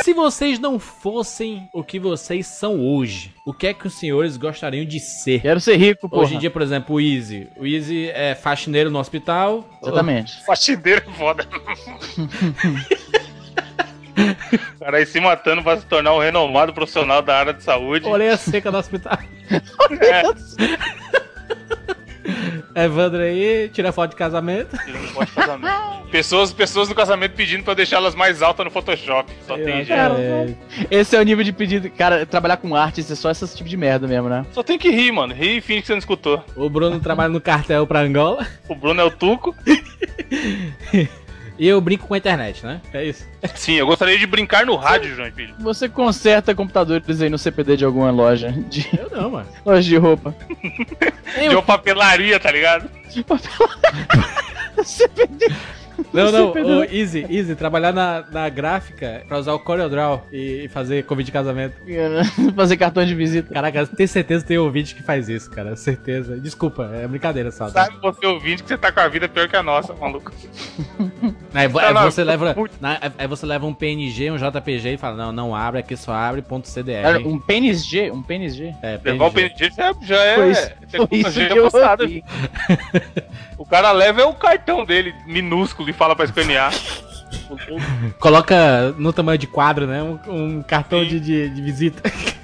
se vocês não fossem o que vocês são hoje, o que é que os senhores gostariam de ser? Quero ser rico, porra. Hoje em dia, por exemplo, o Easy. O Easy é faxineiro no hospital. Exatamente. Faxineiro é foda. O cara aí se matando pra se tornar um renomado profissional da área de saúde. Orelha seca no hospital. É. Evandro aí, tira foto de casamento. Pessoas no casamento pedindo pra deixá-las mais altas no Photoshop. Só tem gente. Esse é o nível de pedido. Cara, trabalhar com arte, isso é só esse tipo de merda mesmo, né? Só tem que rir, mano. Rir e finge que você não escutou. O Bruno trabalha no cartel pra Angola. O Bruno é o Tuco. E eu brinco com a internet, né? É isso. Sim, eu gostaria de brincar no rádio, João Filho. Você conserta computadores aí no CPD de alguma loja. Eu não, mano. Loja de roupa. De uma papelaria, tá ligado? CPD. Não, ô, Easy, trabalhar na gráfica pra usar o CorelDRAW e fazer convite de casamento. Fazer cartão de visita. Caraca, tenho certeza que tem ouvinte que faz isso, cara, certeza. Desculpa, é brincadeira, só. Sabe você ouvinte que você tá com a vida pior que a nossa, maluco. Aí você leva um PNG, um JPG e fala, não abre, aqui só abre .cdr. Um PNG? Um PNG? É, levar o PNG já é... Foi isso que eu ouvi. O cara leva o cartão dele, minúsculo, e fala pra escanear. Coloca no tamanho de quadro, né? Um cartão de visita.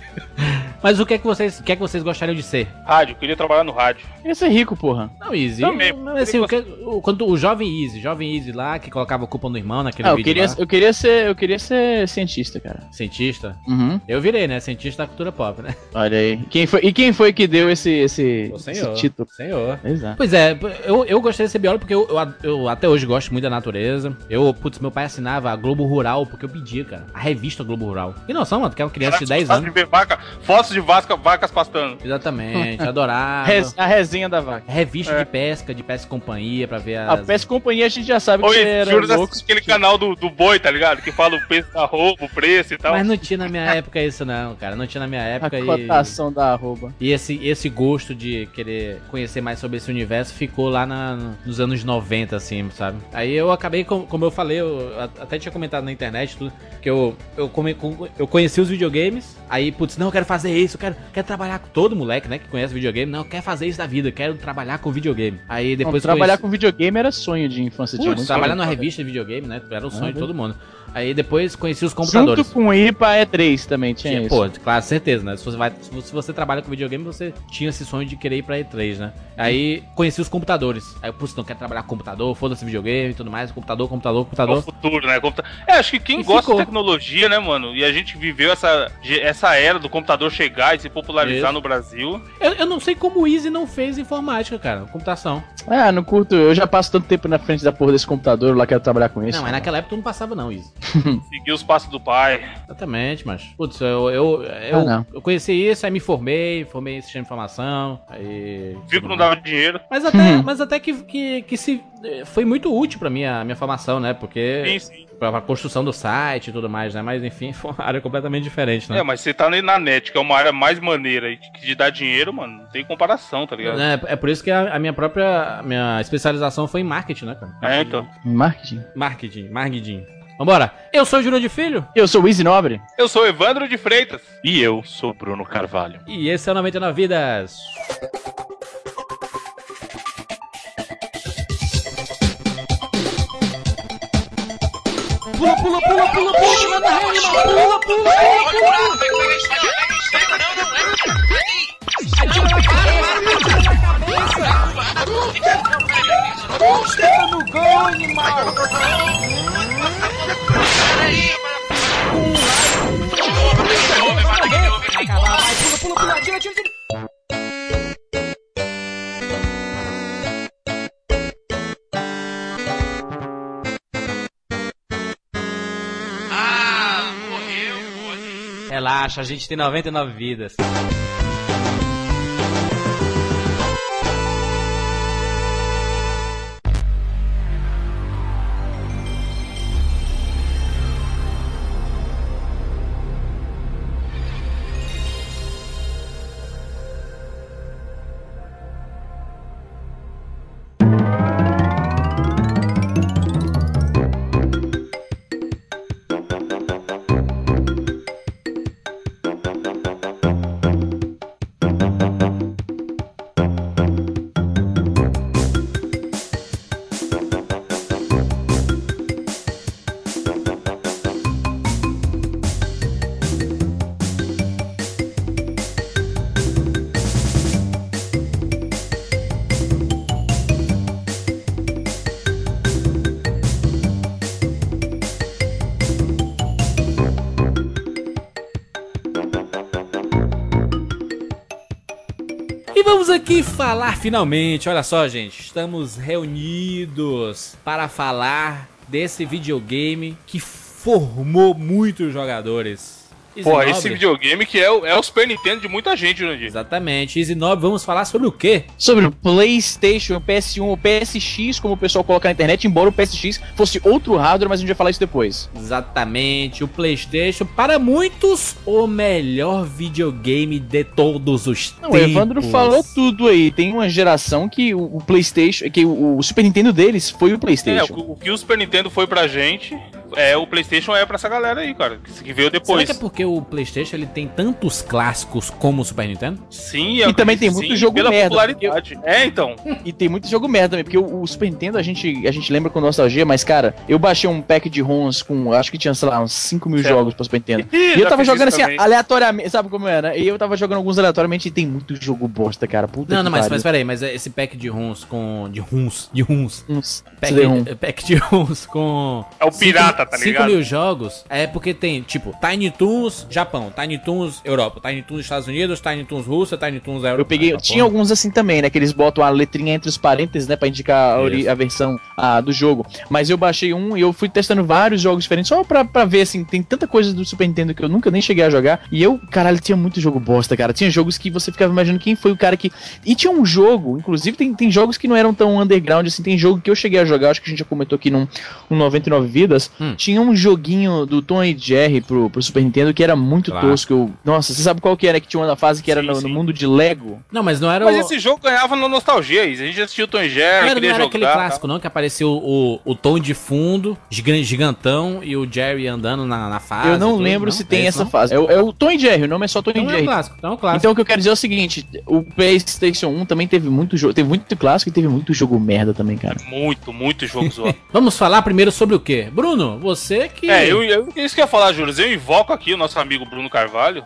Mas o que é que vocês gostariam de ser? Rádio, eu queria trabalhar no rádio. Queria ser rico, porra. Não, Easy. Também. Assim, quando o jovem Easy lá, que colocava a culpa no irmão naquele vídeo eu queria ser cientista, cara. Cientista? Uhum. Eu virei, né? Cientista da cultura pop, né? Olha aí. Quem foi que deu esse título? Senhor. Exato. Pois é, eu gostei de ser biólogo porque eu até hoje gosto muito da natureza. Meu pai assinava a Globo Rural porque eu pedia, cara. A revista Globo Rural. E noção, mano, que é uma criança de 10 anos. Fotos de vacas pastando. Exatamente, adorava. A resenha da vaca. Revista de pesca e companhia pra ver A pesca e companhia a gente já sabe que você era louco. Aquele canal do boi, tá ligado? Que fala o preço da roupa, o preço e tal. Mas não tinha na minha época isso não, cara. Não tinha na minha época. A cotação da arroba. E esse gosto de querer conhecer mais sobre esse universo ficou lá nos anos 90, assim, sabe? Aí eu acabei, como eu falei, eu até tinha comentado na internet tudo, que eu conheci os videogames, aí, putz, não, eu quero fazer isso, eu quero trabalhar com todo moleque, né, que conhece videogame, não, quer fazer isso da vida, quero trabalhar com videogame. Aí depois trabalhar com videogame era sonho de infância. Putz, trabalhar numa revista de videogame, né, era o sonho de todo mundo. Aí depois conheci os computadores. Junto com ir pra E3 também tinha isso. Pô, claro, certeza, né? Se você trabalha com videogame, você tinha esse sonho de querer ir pra E3, né? Aí conheci os computadores. Aí eu, putz, não quero trabalhar com computador, foda-se videogame e tudo mais, computador. É o futuro, né? Acho que quem gosta de tecnologia, né, mano? E a gente viveu essa era do computador chegar e se popularizar no Brasil. Eu não sei como o Easy não fez informática, cara, computação. Não curto, eu já passo tanto tempo na frente da porra desse computador, lá quero trabalhar com isso. Não, mas naquela época tu não passava não, Easy. Seguir os passos do pai. Exatamente, mas... Putz, eu conheci isso, aí me formei em sistema de informação, aí... Viu que não dava dinheiro. Mas até que foi muito útil pra minha formação, né? Porque... Sim. Pra construção do site e tudo mais, né? Mas enfim, foi uma área completamente diferente, né? Mas você tá na net, que é uma área mais maneira e que de dar dinheiro, mano, não tem comparação, tá ligado? É por isso que a minha especialização foi em marketing, né, cara? Então. Marketing. Vambora. Eu sou o Júnior de Filho. Eu sou o Easy Nobre. Eu sou o Evandro de Freitas. E eu sou o Bruno Carvalho. E esse é o 99 Vidas. Pula, pula, pula, pula, pula, pula, pula. Atira na cabeça. No gol, animal. Peraí. Pula, atira. Relaxa, a gente tem 99 vidas. vamos aqui falar finalmente, olha só, gente, estamos reunidos para falar desse videogame que formou muitos jogadores. Pô, esse videogame que é o Super Nintendo de muita gente, né, Di? Exatamente. Easy Nobre, vamos falar sobre o quê? Sobre o PlayStation, o PS1, o PSX, como o pessoal coloca na internet, embora o PSX fosse outro hardware, mas a gente vai falar isso depois. Exatamente, o PlayStation, para muitos, o melhor videogame de todos os tempos. O Evandro falou tudo aí. Tem uma geração que o PlayStation, que o Super Nintendo deles foi o PlayStation. O que o Super Nintendo foi pra gente, o PlayStation é pra essa galera aí, cara, que veio depois. Será que é porque o PlayStation ele tem tantos clássicos como o Super Nintendo? Sim, e também tem muito jogo pela merda. Popularidade. Então. E tem muito jogo merda também, porque o Super Nintendo a gente lembra com nostalgia, mas cara, eu baixei um pack de ROMs com, acho que tinha, sei lá, uns 5 mil jogos pra Super Nintendo. E eu tava jogando assim, aleatoriamente, sabe como é, né? E eu tava jogando alguns aleatoriamente e tem muito jogo bosta, cara. Puta não, mas peraí, mas esse pack de ROMs com... De ROMs. Pack de ROMs com... É o pirata, tá ligado? 5 mil jogos, é porque tem, tipo, Tiny Toons Japão, Tiny Toons Europa, Tiny Toons Estados Unidos, Tiny Toons Rússia, Tiny Toons Europa. Eu peguei, tinha alguns assim também, né, que eles botam a letrinha entre os parênteses, né, pra indicar a versão do jogo. Mas eu baixei um e eu fui testando vários jogos diferentes, só pra ver, assim, tem tanta coisa do Super Nintendo que eu nunca nem cheguei a jogar. E eu, caralho, tinha muito jogo bosta, cara. Tinha jogos que você ficava imaginando quem foi o cara que... E tinha um jogo, inclusive tem jogos que não eram tão underground, assim, tem jogo que eu cheguei a jogar, acho que a gente já comentou aqui num 99 Vidas. Tinha um joguinho do Tom e Jerry pro Super Nintendo que era muito tosco. Nossa, você sabe qual que era? Que tinha uma fase que era no mundo de Lego? Não, mas não era Mas esse jogo ganhava na nostalgia. A gente assistiu o Tom e Jerry, não era aquele clássico, não? Que apareceu o Tom de fundo, gigantão, e o Jerry andando na fase. Eu não lembro se tem essa fase. É o Tom e Jerry, o nome é só Tom e Jerry. É um clássico, então é um clássico. Então o que eu quero dizer é o seguinte, o PlayStation 1 também teve muito jogo, teve muito clássico e teve muito jogo merda também, cara. Muito jogo zoado. Vamos falar primeiro sobre o quê? Bruno, você que... Isso que eu ia falar, Júlio. Eu invoco aqui o nosso amigo Bruno Carvalho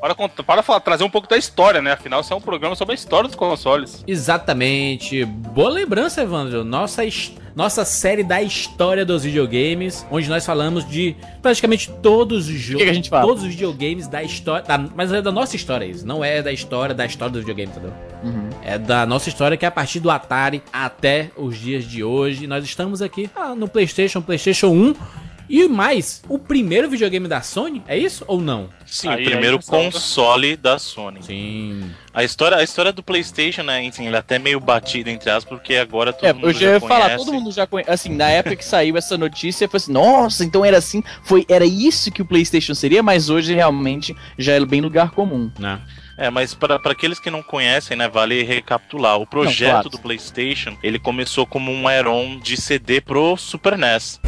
para trazer um pouco da história, né? Afinal, isso é um programa sobre a história dos consoles. Exatamente. Boa lembrança, Evandro. Nossa série da história dos videogames, onde nós falamos de praticamente todos os jogos. O que a gente fala? Todos os videogames da história. Mas é da nossa história isso. Não é da história dos videogames, entendeu? É da nossa história, que é a partir do Atari até os dias de hoje. Nós estamos aqui no PlayStation 1. E mais, o primeiro videogame da Sony, é isso ou não? Sim, o primeiro console da Sony. Sim. A história do PlayStation, né, enfim, ele é até meio batido, entre aspas, porque agora todo mundo já conhece. Falar, todo mundo já conhece. Assim, na época que saiu essa notícia, foi assim, nossa, então era assim, era isso que o PlayStation seria, mas hoje realmente já é bem lugar comum. Não. Mas para aqueles que não conhecem, né, vale recapitular. O projeto do PlayStation, ele começou como um add-on de CD pro Super NES.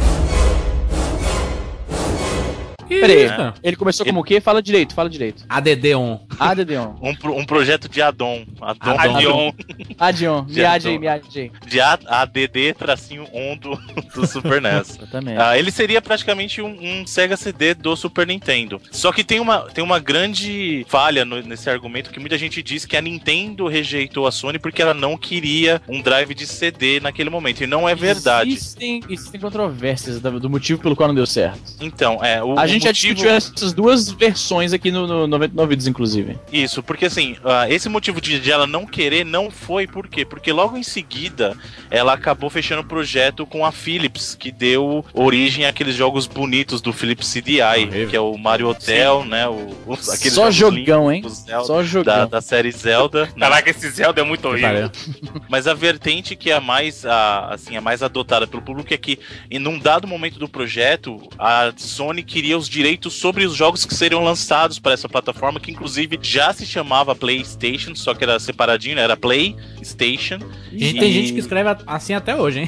Peraí, ele começou como o quê? Fala direito. ADD-ON. ADD-ON. Um projeto de add-on. Add-on. Me ADD. De ADD-ON do Super NES. Exatamente. Ele seria praticamente um Sega CD do Super Nintendo. Só que tem uma grande falha nesse argumento, que muita gente diz que a Nintendo rejeitou a Sony porque ela não queria um drive de CD naquele momento. E não é verdade. Existem controvérsias do motivo pelo qual não deu certo. Então, a gente já discutiu essas duas versões aqui no 99 Vídeos, inclusive. Isso, porque assim, esse motivo de ela não querer não foi por quê? Porque logo em seguida ela acabou fechando o projeto com a Philips, que deu origem àqueles jogos bonitos do Philips CDI, que é o Mario Hotel, né? Aqueles só jogão, hein? Zelda, só jogão. Da série Zelda. Caraca, esse Zelda é muito horrível. Mas a vertente que é a mais adotada pelo público é que, em um dado momento do projeto, a Sony queria os direitos sobre os jogos que seriam lançados para essa plataforma, que inclusive já se chamava PlayStation, só que era separadinho, né? Era PlayStation. Tem gente que escreve assim até hoje, hein?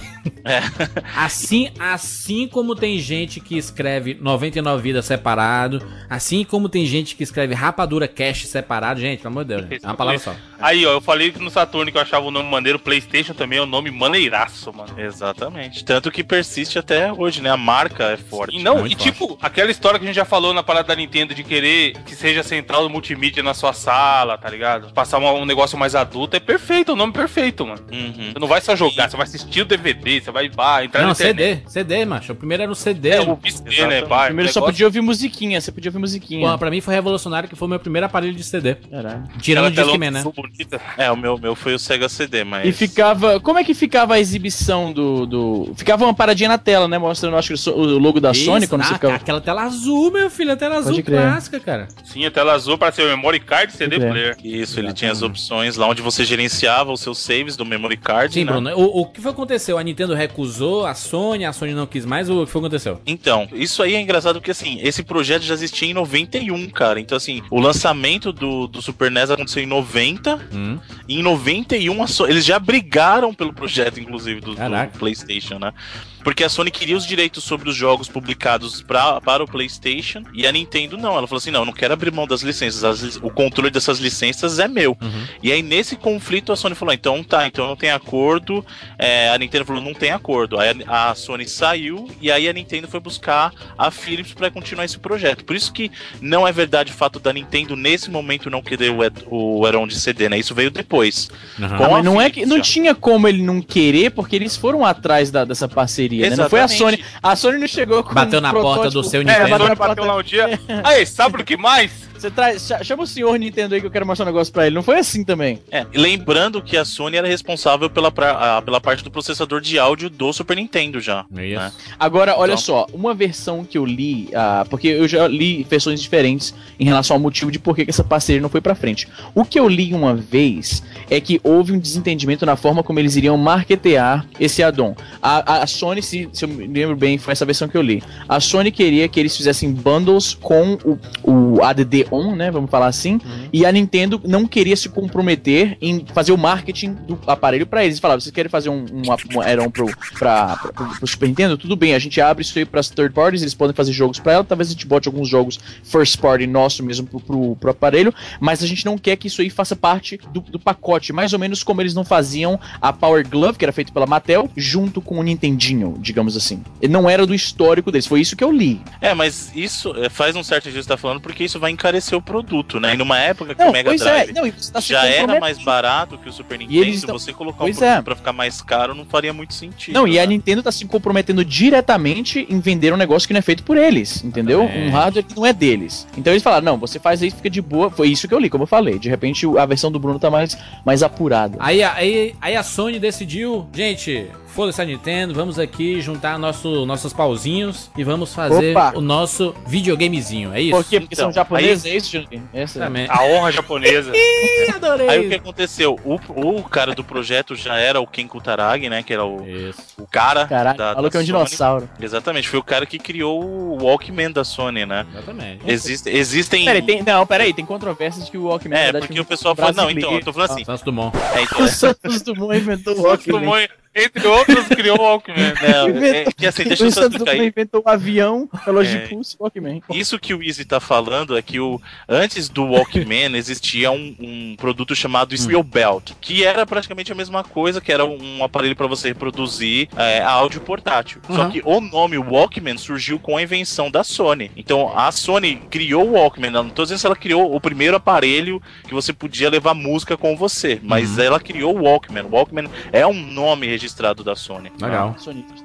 Assim como tem gente que escreve 99 Vidas separado, assim como tem gente que escreve Rapadura Cash separado, gente, pelo amor de Deus, é uma palavra só. Aí, eu falei que no Saturn que eu achava o nome maneiro, PlayStation também é um nome maneiraço, mano. Exatamente. Tanto que persiste até hoje, né? A marca é forte. E tipo, aquela história história que a gente já falou na parada da Nintendo de querer que seja central do multimídia na sua sala, tá ligado? Passar um negócio mais adulto, é perfeito, é o nome perfeito, mano. Você não vai só jogar, você vai assistir o DVD, você vai entrar não, no CD, macho. O primeiro era o CD. o CD, né, pai? Primeiro só podia ouvir musiquinha, você podia ouvir musiquinha. Pô, pra mim foi revolucionário, que foi o meu primeiro aparelho de CD. Caralho. Tirando o Discman, né? O meu foi o Sega CD, mas... E ficava... Como é que ficava a exibição Ficava uma paradinha na tela, né? Mostrando, acho que o logo da Sony, quando você ficava... Aquela tela azul, meu filho. A tela azul clássica, cara. Sim, a tela azul para ser o memory card e CD player. Isso, ele tinha as opções lá onde você gerenciava os seus saves do memory card, Sim, né? Bruno. O que foi que aconteceu? A Nintendo recusou, a Sony não quis mais, ou o que foi que aconteceu? Então, isso aí é engraçado porque, assim, esse projeto já existia em 91, cara. Então, assim, o lançamento do Super NES aconteceu em 90. E em 91, eles já brigaram pelo projeto, inclusive, do PlayStation, né? Porque a Sony queria os direitos sobre os jogos publicados para o PlayStation e a Nintendo não. Ela falou assim, não, eu não quero abrir mão das licenças, o controle dessas licenças é meu. E aí nesse conflito a Sony falou, então não tem acordo. A Nintendo falou, não tem acordo. Aí a Sony saiu e aí a Nintendo foi buscar a Philips para continuar esse projeto. Por isso que não é verdade o fato da Nintendo nesse momento não querer o Heron de CD, né? Isso veio depois. Mas não é que não tinha como ele não querer, porque eles foram atrás dessa parceria. Né? Não foi a Sony. A Sony não chegou com bateu na porta do seu Nintendo. A Sony bateu lá um dia. Aí, sabe o que mais? Chama o senhor Nintendo aí que eu quero mostrar um negócio pra ele. Não foi assim também. E lembrando que a Sony era responsável pela parte do processador de áudio do Super Nintendo já. Né? Agora, olha só, uma versão que eu li, porque eu já li versões diferentes em relação ao motivo de por que essa parceria não foi pra frente. O que eu li uma vez é que houve um desentendimento na forma como eles iriam marketear esse add-on. A Sony, se eu me lembro bem, foi essa versão que eu li. A Sony queria que eles fizessem bundles com o ADD-ON, né, vamos falar assim, e a Nintendo não queria se comprometer em fazer o marketing do aparelho pra eles. Eles falavam, vocês querem fazer um add-on pro Super Nintendo? Tudo bem, a gente abre isso aí pras third parties, eles podem fazer jogos pra ela, talvez a gente bote alguns jogos first party nosso mesmo pro aparelho, mas a gente não quer que isso aí faça parte do pacote, mais ou menos como eles não faziam a Power Glove, que era feito pela Mattel, junto com o Nintendinho, digamos assim. Ele não era do histórico deles, foi isso que eu li. Mas isso faz um certo sentido que você tá falando, porque isso vai encarecer o produto, né? E numa época que o Mega Drive já era mais barato que o Super Nintendo, você colocar um produto pra ficar mais caro não faria muito sentido. Não, e a Nintendo tá se comprometendo diretamente em vender um negócio que não é feito por eles, entendeu? Um hardware que não é deles. Então eles falaram, não, você faz aí, fica de boa. Foi isso que eu li, como eu falei. De repente a versão do Bruno tá mais apurada. Aí a Sony decidiu, gente, foda-se a Nintendo, vamos aqui juntar nossos pauzinhos e vamos fazer o nosso videogamezinho, é isso? Por quê? Porque são japoneses, é isso, Juninho? A honra japonesa. Adorei. Aí o que aconteceu? O cara do projeto já era o Ken Kutaragi, né? Que era o cara falou que é um dinossauro. Exatamente, foi o cara que criou o Walkman da Sony, né? Exatamente. Existem... Peraí, tem controvérsias que o Walkman... porque o pessoal fala, não, então, eu tô falando assim... Santos Dumont. O Santos Dumont inventou o Walkman. Entre outros, criou o Walkman. Que assim, deixa eu só explicar aí. Inventou o avião, relógio de pulso, Walkman. Isso que o Easy tá falando é que antes do Walkman existia um produto chamado Steel Belt, que era praticamente a mesma coisa, que era um aparelho para você reproduzir áudio portátil. Só que o nome Walkman surgiu com a invenção da Sony. Então a Sony criou o Walkman. Não tô dizendo se ela criou o primeiro aparelho que você podia levar música com você, mas ela criou o Walkman. O Walkman é um nome registrado da Sony. Legal.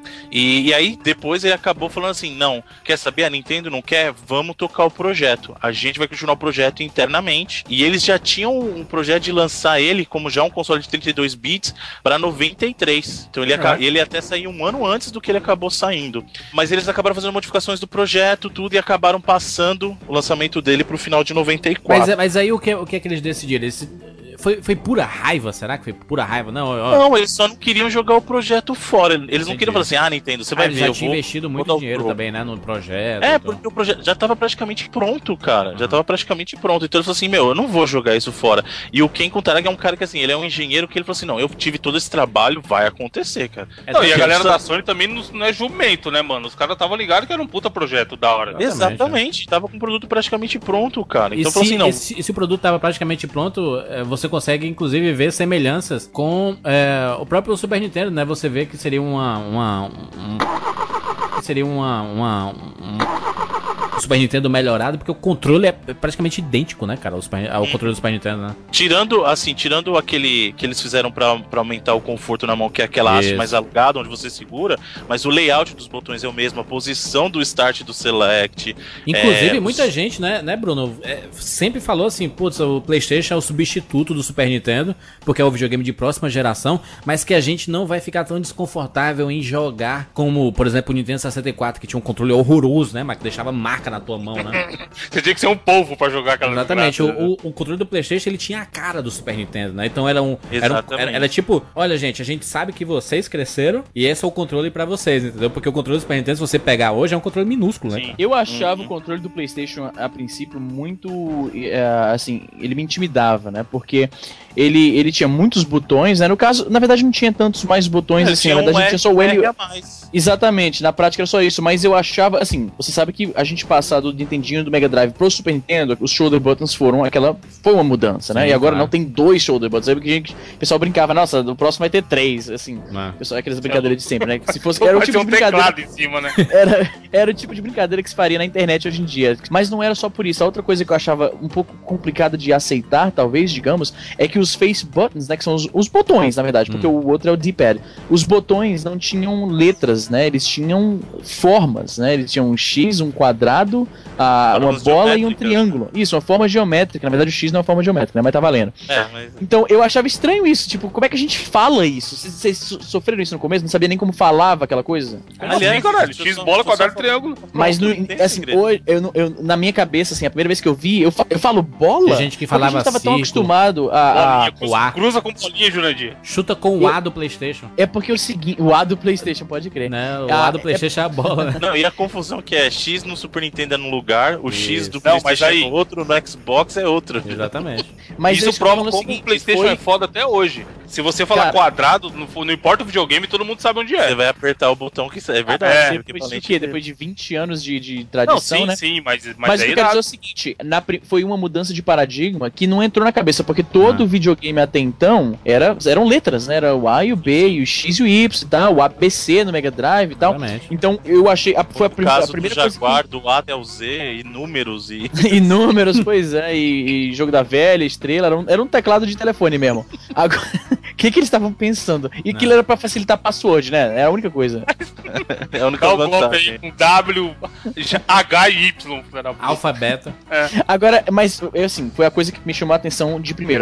E aí depois ele acabou falando assim, não, quer saber, a Nintendo não quer, vamos tocar o projeto, a gente vai continuar o projeto internamente, e eles já tinham um projeto de lançar ele como já um console de 32 bits para 93, então ele até saiu um ano antes do que ele acabou saindo, mas eles acabaram fazendo modificações do projeto, tudo, e acabaram passando o lançamento dele pro final de 94. Mas aí o que é que eles decidiram? Foi pura raiva, será que foi pura raiva? Não, eles só não queriam jogar o projeto fora. Eles não queriam falar assim, Nintendo, você vai ver. Já tinha investido muito dinheiro também, né, no projeto. Porque o projeto já tava praticamente pronto, cara. Já tava praticamente pronto. Então ele falou assim, eu não vou jogar isso fora. E o Ken Kutaragi é um cara que, assim, ele é um engenheiro que ele falou assim, não, eu tive todo esse trabalho, vai acontecer, cara. E a galera da Sony também não é jumento, né, mano? Os caras estavam ligados que era um puta projeto da hora. Exatamente. Tava com o produto praticamente pronto, cara. Então falou assim, não. Se o produto tava praticamente pronto, você consegue, inclusive, ver semelhanças com o próprio Super Nintendo, né? Você vê que seria Super Nintendo melhorado, porque o controle é praticamente idêntico, né, cara, ao controle do Super Nintendo, né? Tirando aquele que eles fizeram pra aumentar o conforto na mão, que é aquela haste mais alongada, onde você segura, mas o layout dos botões é o mesmo, a posição do Start e do Select. Inclusive, muita gente, né, Bruno, sempre falou assim, putz, o PlayStation é o substituto do Super Nintendo, porque é o videogame de próxima geração, mas que a gente não vai ficar tão desconfortável em jogar como, por exemplo, o Nintendo 64, que tinha um controle horroroso, né, mas que deixava marca na tua mão, né? Você tinha que ser um polvo pra jogar aquela. Exatamente, o controle do PlayStation, ele tinha a cara do Super Nintendo, né? Então era tipo, olha, gente, a gente sabe que vocês cresceram e esse é o controle pra vocês, entendeu? Porque o controle do Super Nintendo, se você pegar hoje, é um controle minúsculo, né? Eu achava o controle do PlayStation a princípio muito, assim, ele me intimidava, né? Porque ele tinha muitos botões, né? No caso, na verdade não tinha tantos mais botões assim, na verdade tinha só o L. Exatamente, na prática era só isso, mas eu achava, assim, você sabe que a gente passar do Nintendinho do Mega Drive pro Super Nintendo, os shoulder buttons foi uma mudança, né? Sim, e agora não tem 2 shoulder buttons, aí o pessoal brincava, nossa, no próximo vai ter 3, assim, pessoal, aquelas brincadeiras de sempre, né? Se fosse, era o tipo de brincadeira, em cima, né? era o tipo de brincadeira que se faria na internet hoje em dia, mas não era só por isso. A outra coisa que eu achava um pouco complicada de aceitar, talvez, digamos, é que os face buttons, né, que são os botões, na verdade, porque o outro é o D-pad, os botões não tinham letras, né, eles tinham formas, né, eles tinham um X, um quadrado, uma bola e um triângulo. Isso, uma forma geométrica, na verdade o X não é uma forma geométrica, né, mas tá valendo. Então eu achava estranho isso, tipo, como é que a gente fala isso? Vocês sofreram isso no começo? Não sabia nem como falava aquela coisa? Aliás, caralho, X, bola, quadrado e triângulo. Mas, assim, hoje, na minha cabeça, assim, a primeira vez que eu vi, eu falo bola? Tem gente que falava a gente tava tão acostumado a o A. Cruza com bolinha, Jurandir. Chuta com o A do PlayStation. É porque o seguinte, o A do PlayStation, pode crer. Não, o A do PlayStation é a bola, né? Não, e a confusão que é X no Super Nintendo é num lugar, o X do PlayStation é no outro, no Xbox é outro. Exatamente. Mas isso prova como o PlayStation é foda até hoje. Se você falar quadrado, não importa o videogame, todo mundo sabe onde é. Você vai apertar o botão que é verdade. Depois de 20 anos de tradição, não, sim, né? Mas o que eu quero dizer é o seguinte, foi uma mudança de paradigma que não entrou na cabeça, porque todo videogame até então eram letras, né? Era o A e o B, e o X e o Y, tá? O ABC no Mega Drive e tal. Realmente. Então eu achei, foi a primeira do Jaguar, do A até o Z, e números e... e números, pois é, e jogo da velha, estrela, era um teclado de telefone mesmo. Agora, o que eles estavam pensando? E aquilo era pra facilitar password, né? Era a única coisa. É a única vantagem. Um W, H e Y. Alfa, beta. Agora, mas, assim, foi a coisa que me chamou a atenção de primeiro.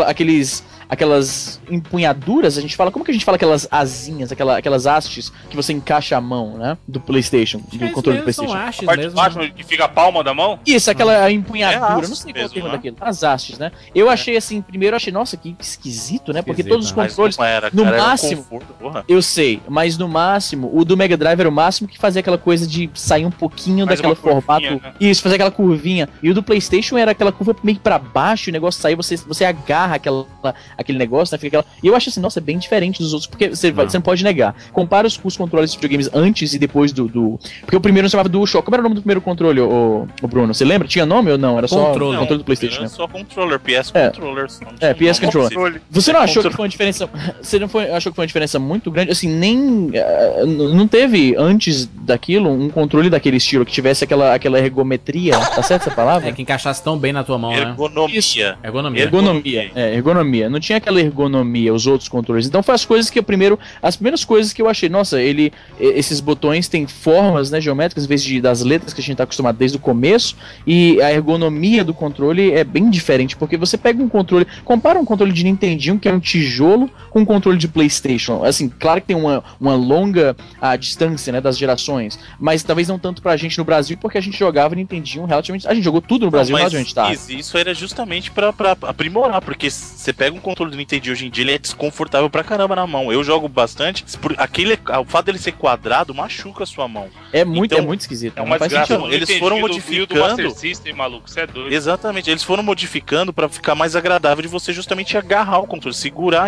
Aquelas empunhaduras, a gente fala... Como que a gente fala aquelas asinhas, aquelas hastes que você encaixa a mão, né? Do PlayStation, do controle do PlayStation. São hastes a parte mesmo, de baixo que fica a palma da mão? Isso, aquela empunhadura, não sei qual é o termo daquilo. As hastes, né? Eu achei assim, primeiro eu achei, nossa, que esquisito, né? Porque todos os controles, no máximo, eu sei, mas no máximo, o do Mega Drive era o máximo que fazia aquela coisa de sair um pouquinho daquele formato. Né? Isso, fazer aquela curvinha. E o do PlayStation era aquela curva meio que pra baixo, o negócio sair, você agarra aquele negócio, né? Fica aquela... E eu acho assim, nossa, é bem diferente dos outros, porque você não pode negar. Compara os controles de videogames antes e depois do... Porque o primeiro não chamava DualShock. Como era o nome do primeiro controle, o Bruno? Você lembra? Tinha nome ou não? Era só controle do PlayStation. Era só controller, PS Controller. PS Controller. Você não achou que foi uma diferença... Você não achou que foi uma diferença muito grande? Assim, nem... não teve, antes daquilo, um controle daquele estilo, que tivesse aquela ergometria, tá certo essa palavra? Que encaixasse tão bem na tua mão, Ergonomia. Né? Ergonomia. Não tinha aquela ergonomia, os outros controles. Então foi as primeiras coisas que eu achei, nossa, esses botões têm formas, né, geométricas, em vez das letras que a gente tá acostumado desde o começo, e a ergonomia do controle é bem diferente, porque você pega um controle, compara um controle de Nintendinho, que é um tijolo, com um controle de PlayStation. Assim, claro que tem uma longa distância, né, das gerações, mas talvez não tanto pra gente no Brasil, porque a gente jogava Nintendinho relativamente... A gente jogou tudo no Brasil, mas onde tá. Isso era justamente pra aprimorar, porque você pega um controle do Nintendinho hoje em dia, ele é desconfortável pra caramba na mão. Eu jogo bastante, o fato dele ser quadrado machuca a sua mão. É muito esquisito. É uma desgraça. Eles foram modificando... Master System, maluco, você é doido. Exatamente, eles foram modificando pra ficar mais agradável de você justamente agarrar o controle, segurar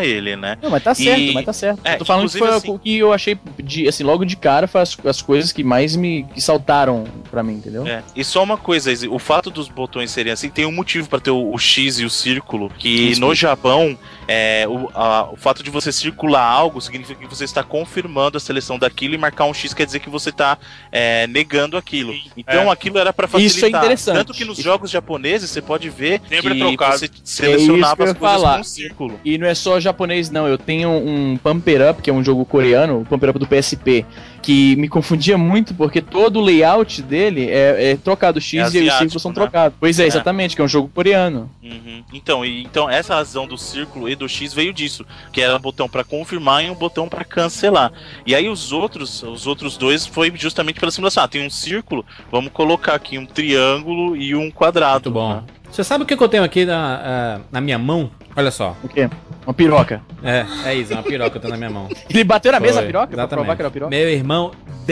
ele, né? Não, mas tá certo. É, eu tô falando que foi o que eu achei, logo de cara, foi as coisas que mais que saltaram pra mim, entendeu? E só uma coisa, o fato dos botões serem assim, tem um motivo pra ter o X e o círculo, que no Japão, o fato de você circular algo significa que você está confirmando a seleção daquilo, e marcar um X quer dizer que você tá negando aquilo. Então aquilo era pra facilitar. Isso é interessante. Tanto que nos jogos japoneses você pode ver sempre que trocado. você selecionava as coisas falar. com um círculo. E não é só japonês, não. Eu tenho um Pumper Up, que é um jogo coreano, o Pumper Up do PSP, que me confundia muito porque todo o layout dele é trocado. O X e o círculo são trocados. Pois é, exatamente, que é um jogo coreano. Uhum. Então, essa razão do círculo e do X veio disso, que era um botão pra confirmar e um botão pra cancelar. E aí os outros dois foi justamente pela simulação. Tem um círculo, vamos colocar aqui um triângulo e um quadrado. Muito bom. Né? Você sabe o que eu tenho aqui na minha mão? Olha só. O quê? Uma piroca. É isso, uma piroca que eu tenho na minha mão. Ele bateu na mesa a Foi, piroca? exatamente. Pra provar que era uma piroca? Meu irmão,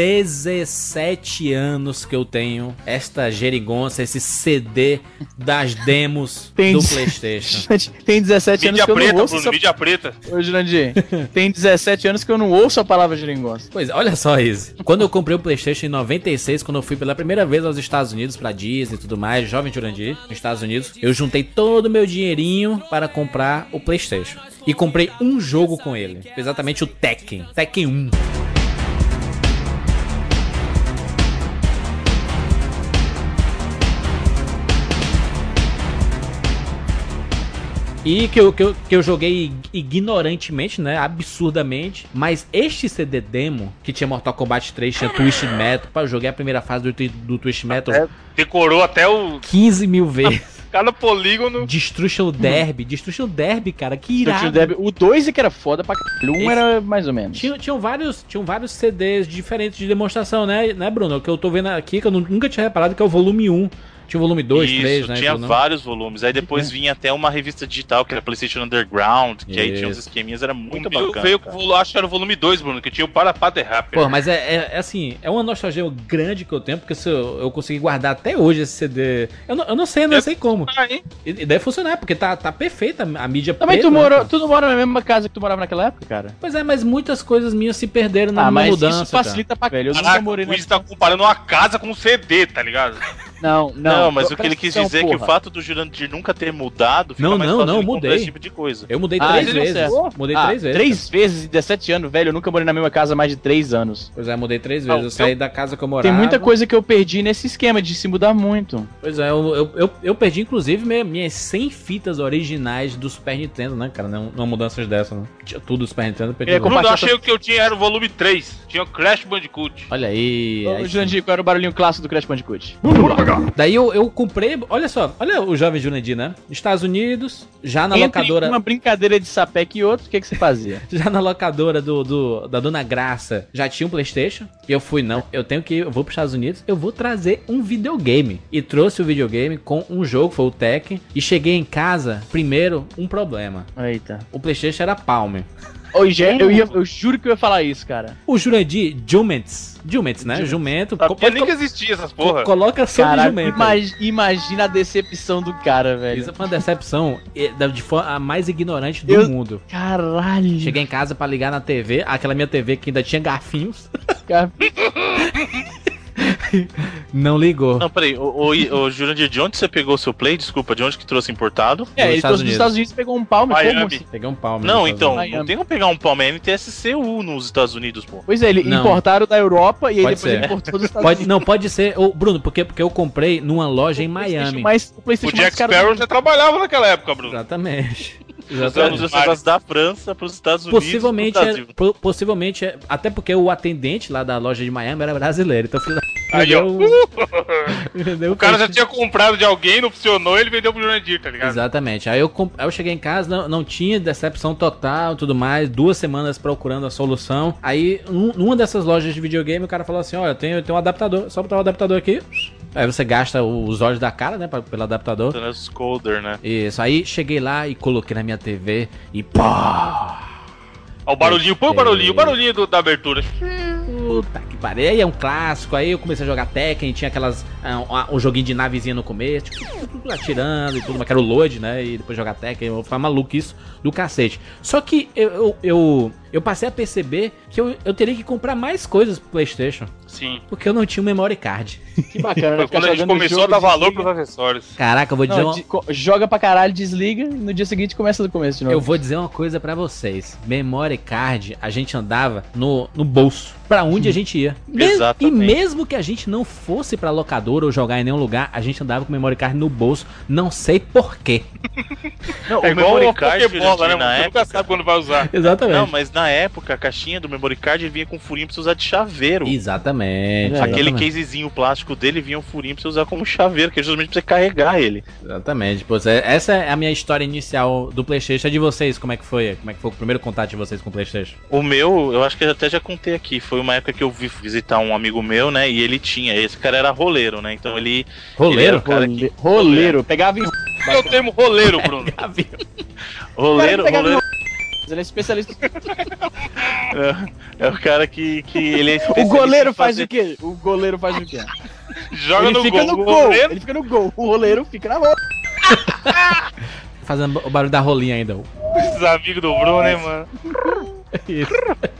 17 anos que eu tenho esta geringonça, esse CD das demos do PlayStation. Tem 17 anos Mídia que eu preta, não ouço Bruno, mídia preta. Ô, Jurandir, tem 17 anos que eu não ouço a palavra geringonça. Pois é, olha só isso. Quando eu comprei o PlayStation em 96, quando eu fui pela primeira vez aos Estados Unidos, pra Disney e tudo mais, jovem Jurandir, nos Estados Unidos, eu juntei todo o meu dinheirinho para comprar o PlayStation. E comprei um jogo com ele, exatamente o Tekken 1. E que eu joguei ignorantemente, né? Absurdamente. Mas este CD demo, que tinha Mortal Kombat 3, tinha Twisted Metal. Pá, eu joguei a primeira fase do Twisted Metal Decorou até o 15 mil vezes. cada polígono. Destruction Derby, cara, que irado. O 2 é que era foda pra caralho, o 1 era mais ou menos. Tinham vários CDs diferentes de demonstração, né, Bruno? O que eu tô vendo aqui, que eu nunca tinha reparado, que é o volume 1. Tinha o volume 2, 3, né? Tinha vários volumes. Aí depois vinha até uma revista digital, que era PlayStation Underground, que aí tinha uns esqueminhas, era muito bacana. Veio, acho que era o volume 2, Bruno, que tinha o Para The Rapper. Pô, mas é assim, é uma nostalgia grande que eu tenho, porque se eu consegui guardar até hoje esse CD. Eu não sei como. E deve funcionar, porque tá perfeita a mídia preta. Mas tu não mora na mesma casa que tu morava naquela época, cara? Pois é, mas muitas coisas minhas se perderam na mudança. Isso facilita pra velho. Eu nunca morei na... tá comparando uma casa com um CD, tá ligado? Não, mas o que ele quis dizer é que o fato do Jurandir nunca ter mudado fica mais fácil de mudei esse tipo de coisa. Eu mudei 3 vezes. Mudei 3 vezes. 3 vezes em 17 anos, velho. Eu nunca morei na mesma casa há mais de 3 anos. Pois é, mudei 3 vezes. Eu saí da casa que eu morava. Tem muita coisa que eu perdi nesse esquema de se mudar muito. Pois é, eu perdi inclusive minhas 100 fitas originais do Super Nintendo, né, cara? Não mudanças dessa, né? Tinha tudo do Super Nintendo. Eu achei que eu tinha era o volume 3. Tinha o Crash Bandicoot. Olha aí. Ô, Jurandir, qual era o barulhinho clássico do Crash Bandicoot? Daí eu comprei, olha só, olha o jovem Jurandir, né? Estados Unidos, já na locadora. Uma brincadeira de sapé e outro, o que você fazia? Já na locadora da Dona Graça, já tinha um PlayStation. E eu fui, eu vou pros Estados Unidos, eu vou trazer um videogame. E trouxe o videogame com um jogo, foi o Tekken. E cheguei em casa, primeiro, um problema. Eita. O PlayStation era Palmer. Eu juro que eu ia falar isso, cara. O Jurandir, Juments, né? Jumento. Porque nem que existia essas porra. Coloca sobre Jumento. Imagina a decepção do cara, velho. Isso foi uma decepção de forma a mais ignorante do mundo. Caralho. Cheguei em casa pra ligar na TV, aquela minha TV que ainda tinha garfinhos. Não ligou. Não, peraí, o Jurandir, de onde você pegou o seu Play? Desculpa, de onde que trouxe importado? Ele trouxe dos Estados Unidos e pegou um Palmer. Como assim? Peguei um Palmer. Não, então, não tem como pegar um Palmer, é NTSC-U nos Estados Unidos, pô. Pois é, importaram da Europa e aí depois ele importou dos Estados Unidos. Não, pode ser, Bruno, porque eu comprei numa loja em Miami. O Jack Sparrow já trabalhava naquela época, Bruno. Exatamente. Os da França para os Estados Unidos. Possivelmente, até porque o atendente lá da loja de Miami era brasileiro, então fiz aí, ó. O cara já tinha comprado de alguém, não funcionou, ele vendeu pro Jurandir, tá ligado? Exatamente. Aí eu cheguei em casa, não tinha, decepção total, tudo mais, 2 semanas procurando a solução. Aí, numa dessas lojas de videogame, o cara falou assim, olha, eu tenho um adaptador, só botar o adaptador aqui. Aí você gasta os olhos da cara, né, pelo adaptador. Transcoder, né? Isso, aí cheguei lá e coloquei na minha TV e pá! Ó, o barulhinho, põe o barulhinho da abertura. puta que pariu. Aí é um clássico, aí eu comecei a jogar Tekken, tinha aquelas, um joguinho de navezinha no começo, tipo, tudo atirando e tudo, mas que era o load, né, e depois jogar Tekken, eu fui maluco isso do cacete. Só que eu passei a perceber que eu teria que comprar mais coisas pro PlayStation. Sim. Porque eu não tinha um memory card. Que bacana, né? Foi quando a gente começou a dar valor pros acessórios. Caraca, eu vou dizer joga pra caralho, desliga e no dia seguinte começa do começo de novo. Eu vou dizer uma coisa pra vocês. Memory card, a gente andava no bolso. Pra onde a gente ia. Exatamente. E mesmo que a gente não fosse pra locadora ou jogar em nenhum lugar, a gente andava com memory card no bolso. Não sei porquê. Não, É o memory igual card, Pokébola, né? na Você época... nunca sabe quando vai usar. Exatamente. Não, mas na época, a caixinha do memory card vinha com furinho pra você usar de chaveiro. Exatamente. Aquele exatamente. casezinho plástico dele vinha um furinho pra você usar como chaveiro, que é justamente pra você carregar ele. Exatamente. Pois essa é a minha história inicial do PlayStation. É de vocês, como é que foi? Como é que foi o primeiro contato de vocês com o PlayStation? O meu, eu acho que eu até já contei aqui, foi uma época que eu vi visitar um amigo meu, né, e ele tinha, esse cara era roleiro, né, então ele... Roleiro? Ele era o cara que... Roleiro, pegava em... Eu termo roleiro, Bruno. Roleiro... Ele é especialista. É o cara que ele é O especialista goleiro em faz fazer- o quê? O goleiro faz o quê? Joga Ele no fica gol. no O gol. goleiro- Ele fica no gol. O roleiro fica na bola. Fazendo o barulho da rolinha ainda. Esses amigos do Bruno, hein, mano. Isso.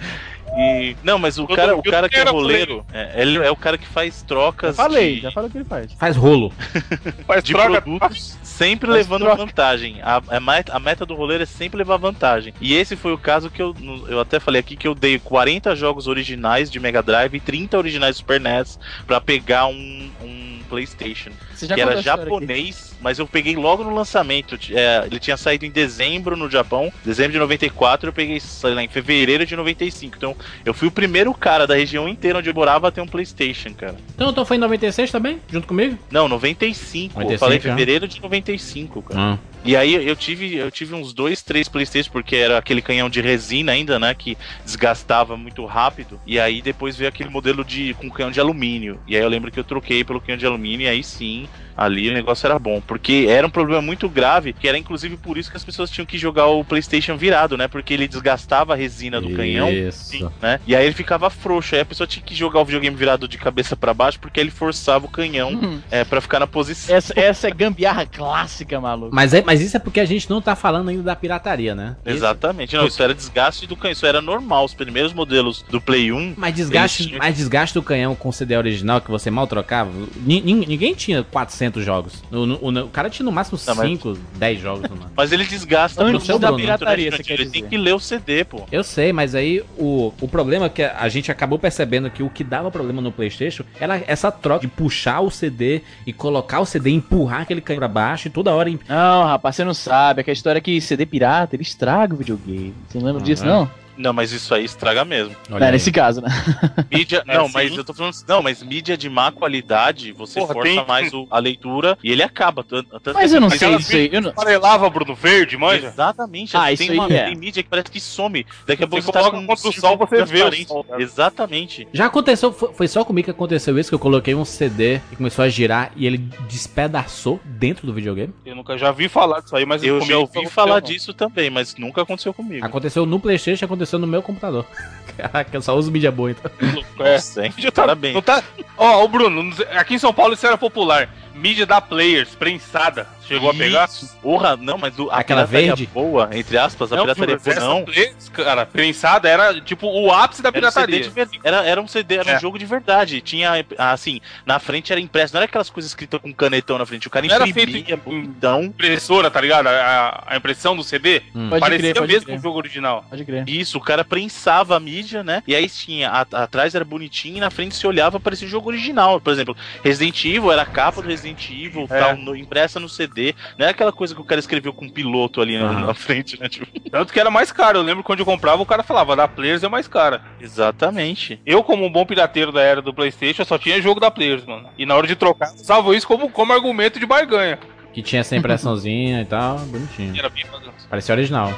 E... Não, mas o cara que é roleiro, ele é o cara que faz trocas Já falei de, o que ele faz. Faz rolo. Faz de troca. produtos, sempre Faz levando troca. vantagem. A meta do roleiro é sempre levar vantagem. E esse foi o caso que eu até falei aqui, que eu dei 40 jogos originais de Mega Drive e 30 originais Super NES pra pegar um PlayStation. Você já Que era contou a história japonês, mas eu peguei logo no lançamento. Ele tinha saído em dezembro no Japão, dezembro de 94, eu peguei, sei lá, em fevereiro de 95. Então, eu fui o primeiro cara da região inteira onde eu morava a ter um PlayStation, cara. Então foi em 96 também? Junto comigo? Não, 95. 95, eu falei é. fevereiro de 95, cara. E aí eu tive uns 2, 3 PlayStation, porque era aquele canhão de resina ainda, né, que desgastava muito rápido. E aí depois veio aquele modelo com canhão de alumínio. E aí eu lembro que eu troquei pelo canhão de alumínio e aí sim, ali o negócio era bom. Porque era um problema muito grave, que era inclusive por isso que as pessoas tinham que jogar o PlayStation virado, né, porque ele desgastava a resina do canhão, Isso. né, e aí ele ficava frouxo. Aí a pessoa tinha que jogar o videogame virado de cabeça pra baixo, porque ele forçava o canhão pra ficar na posição. Essa é gambiarra clássica, maluco. Mas isso é porque a gente não tá falando ainda da pirataria, né? Exatamente. Não, isso era desgaste do canhão. Isso era normal. Os primeiros modelos do Play 1. Mas desgaste do canhão com o CD original que você mal trocava. Ninguém tinha 400 jogos. O cara tinha no máximo 5, 10 jogos. Mas ele desgasta Antes da muito, pirataria, né, você quer ele dizer. tem que ler o CD, pô. Eu sei, mas aí o problema é que a gente acabou percebendo que o que dava problema no PlayStation era essa troca de puxar o CD e colocar o CD e empurrar aquele canhão pra baixo e toda hora. Não, rapaz, você não sabe. É que a história é que CD pirata, ele estraga o videogame. Você não lembra disso, não? Não, mas isso aí estraga mesmo. Olha aí. Nesse caso, né? Mídia. É, Não, sim. mas eu tô falando. Não, mas mídia de má qualidade, você Porra, força tem- mais a leitura e ele acaba. Tanto Mas eu não sei Aquela isso aí. Eu não... Amarelava, Bruno Verde, manja? Exatamente. Ah, tem isso aí é. tem mídia que parece que some. Daqui a Você pouco você coloca com contra o círculo sol, você vê o transparente. sol, cara. Exatamente. Já aconteceu, foi só comigo que aconteceu isso, que eu coloquei um CD e começou a girar e ele despedaçou dentro do videogame. Eu nunca já vi falar disso aí, mas Eu comigo já ouvi não falar aconteceu, disso também, mas nunca aconteceu comigo. Aconteceu no PlayStation, aconteceu no meu computador. Caraca, eu só uso mídia boa, então. não. É. Nossa, hein? Já tá- Parabéns. Não tá... Ó, o Bruno, não sei- aqui em São Paulo isso era popular. Mídia da Players, prensada. Chegou a pegar? Isso. Porra, não, mas a Aquela pirataria verde? boa, entre aspas, a pirataria Júlio, boa, não. essa Players, cara, prensada era tipo o ápice da Era um CD pirataria. de verdade. Era um CD, era um jogo de verdade. Tinha, assim, na frente era impresso. Não era aquelas coisas escritas com canetão na frente. O cara Não era imprimia, feito em- então. Impressora, tá ligado? A impressão do CD Pode parecia crer, pode mesmo crer. o jogo original. Pode crer. Isso, o cara prensava a mídia, né? E aí tinha, atrás era bonitinho e na frente se olhava, parecia o jogo original. Por exemplo, Resident Evil era a capa do Resident Evil, tal, impressa no CD. Não era aquela coisa que o cara escreveu com um piloto ali na frente, né? Tipo, Tanto que era mais caro. Eu lembro quando eu comprava, o cara falava, da Players é mais cara. exatamente. Eu, como um bom pirateiro da era do PlayStation, só tinha jogo da Players, mano. E na hora de trocar, usava isso como argumento de barganha. Que tinha essa impressãozinha e tal, bonitinho. Era bem bacana. Parecia original.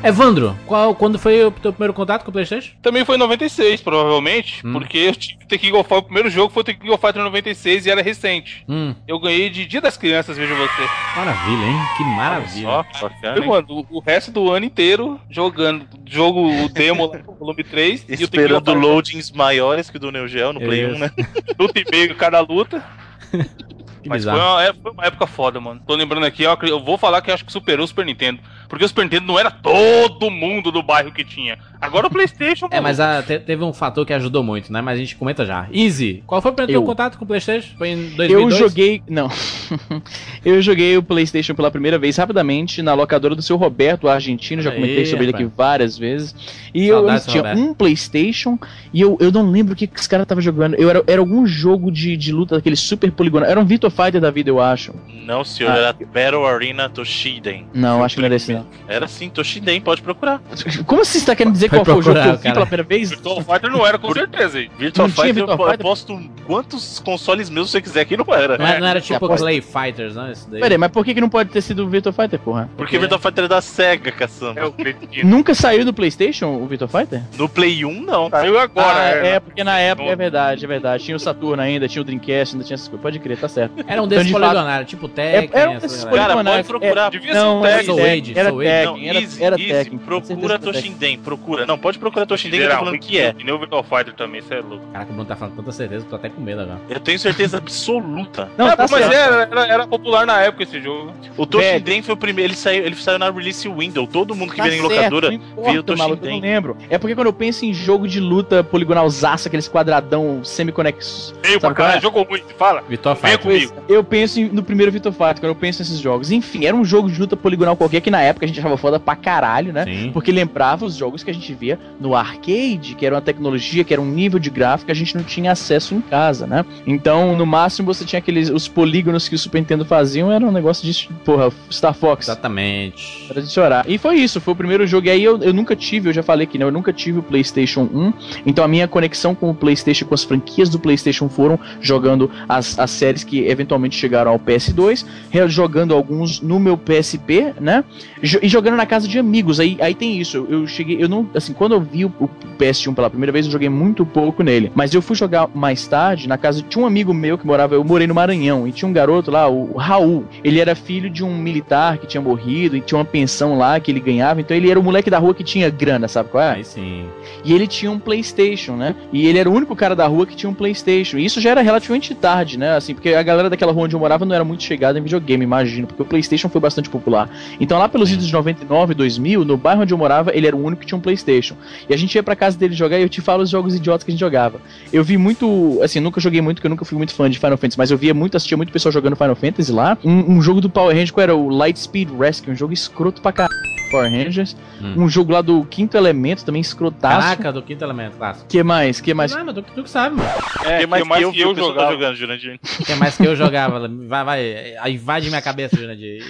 Evandro, quando foi o teu primeiro contato com o PlayStation? Também foi em 96, provavelmente, porque eu tive The King of Fighters, o primeiro jogo foi o The King of Fighters 96 e era recente. Eu ganhei de Dia das Crianças, veja você. Maravilha, hein? Que maravilha. Só, bacana, mano, o resto do ano inteiro jogando o demo lá, o volume 3. Esperando loadings maiores que o do Neo Geo no Play 1, né? Luta e meio cada luta. Mas foi bizarro. uma época foda, mano. Tô lembrando aqui, eu vou falar que eu acho que superou o Super Nintendo. Porque o Super Nintendo não era todo mundo do bairro que tinha. Agora o PlayStation... mas teve um fator que ajudou muito, né? Mas a gente comenta já. Easy, qual foi o primeiro teu contato com o PlayStation? Foi em 2002? Eu joguei... Não. Eu joguei o PlayStation pela primeira vez, rapidamente, na locadora do seu Roberto, argentino. Já comentei sobre ele aqui várias vezes. E eu tinha um PlayStation e eu não lembro o que os caras estavam jogando. Era algum jogo de luta daquele super poligonal. Era um Virtua Fighter da vida, eu acho. Não, senhor, era Battle Arena Toshiden. Não, acho que não era esse, não. Era sim, Toshiden, pode procurar. Como você está querendo dizer qual foi o jogo que eu vi pela primeira vez? Virtua Fighter não era, com certeza, hein? Virtua Fighter, eu posto quantos consoles meus você quiser que não era. Não era tipo Clay Fighters, não? Esse daí. Peraí, mas por que não pode ter sido o Virtua Fighter, porra? Porque Virtua Fighter é da SEGA, caçamba. Nunca saiu do PlayStation o Virtua Fighter? No Play 1, não. Saiu agora. Porque na época, é verdade. Tinha o Saturno ainda, tinha o Dreamcast, ainda tinha essas coisas. Pode crer, tá certo. Era um desses poligonários, tipo Tekken. Era um desses poligonários. Cara, pode procurar. Devia ser um Tekken. Era Tekken. Procura Toshiden, procura. Não, pode procurar Toshiden que eu tô falando que é. E nem o Virtua Fighter também, você é louco. Caraca, o Bruno tá falando com tanta certeza, tô até com medo agora. Eu tenho certeza absoluta. Não, mas era popular na época esse jogo. O Toshiden foi o primeiro, ele saiu na release window. Todo mundo que veio em locadora viu o Toshiden. Eu não lembro. É porque quando eu penso em jogo de luta poligonalzaço, aqueles quadradão semiconexos. Jogou muito, fala. Virtua Fighter. Eu penso no primeiro Virtua Fighter, quando eu penso nesses jogos. Enfim, era um jogo de luta poligonal qualquer que na época a gente achava foda pra caralho, né? Sim. Porque lembrava os jogos que a gente via no arcade, que era uma tecnologia, que era um nível de gráfico que a gente não tinha acesso em casa, né? Então, no máximo, você tinha os polígonos que o Super Nintendo faziam, era um negócio de, Star Fox. Exatamente. Era de chorar. E foi isso, foi o primeiro jogo. E aí eu nunca tive, eu já falei aqui, né? Eu nunca tive o PlayStation 1. Então a minha conexão com o PlayStation, com as franquias do PlayStation foram jogando as séries que eventualmente chegaram ao PS2, jogando alguns no meu PSP, né? E jogando na casa de amigos. Aí tem isso. Eu não, assim, quando eu vi o PS1 pela primeira vez, eu joguei muito pouco nele. Mas eu fui jogar mais tarde na casa de um amigo meu que eu morei no Maranhão, e tinha um garoto lá, o Raul. Ele era filho de um militar que tinha morrido e tinha uma pensão lá que ele ganhava. Então ele era o moleque da rua que tinha grana, sabe qual é? Aí sim. E ele tinha um PlayStation, né? E ele era o único cara da rua que tinha um PlayStation. E isso já era relativamente tarde, né? Assim, porque a galera daquela rua onde eu morava não era muito chegada em videogame, imagino, porque o PlayStation foi bastante popular. Então lá pelos idos de 99, 2000, no bairro onde eu morava, ele era o único que tinha um PlayStation. E a gente ia pra casa dele jogar e eu te falo os jogos idiotas que a gente jogava. Eu vi muito, assim, nunca joguei muito, porque eu nunca fui muito fã de Final Fantasy, mas eu assistia muito pessoal jogando Final Fantasy lá. Um jogo do Power Rangers, qual era? O Lightspeed Rescue, um jogo escroto pra caralho. Power Rangers. Um jogo lá do Quinto Elemento, também escrotaço. Caraca, do Quinto Elemento, clássico. Que mais? Não, mas tu que sabe, mano. Que mais que eu jogava. Jogando, Jurandir. Que mais que eu jogava. Vai. Aí invade minha cabeça, Jurandir.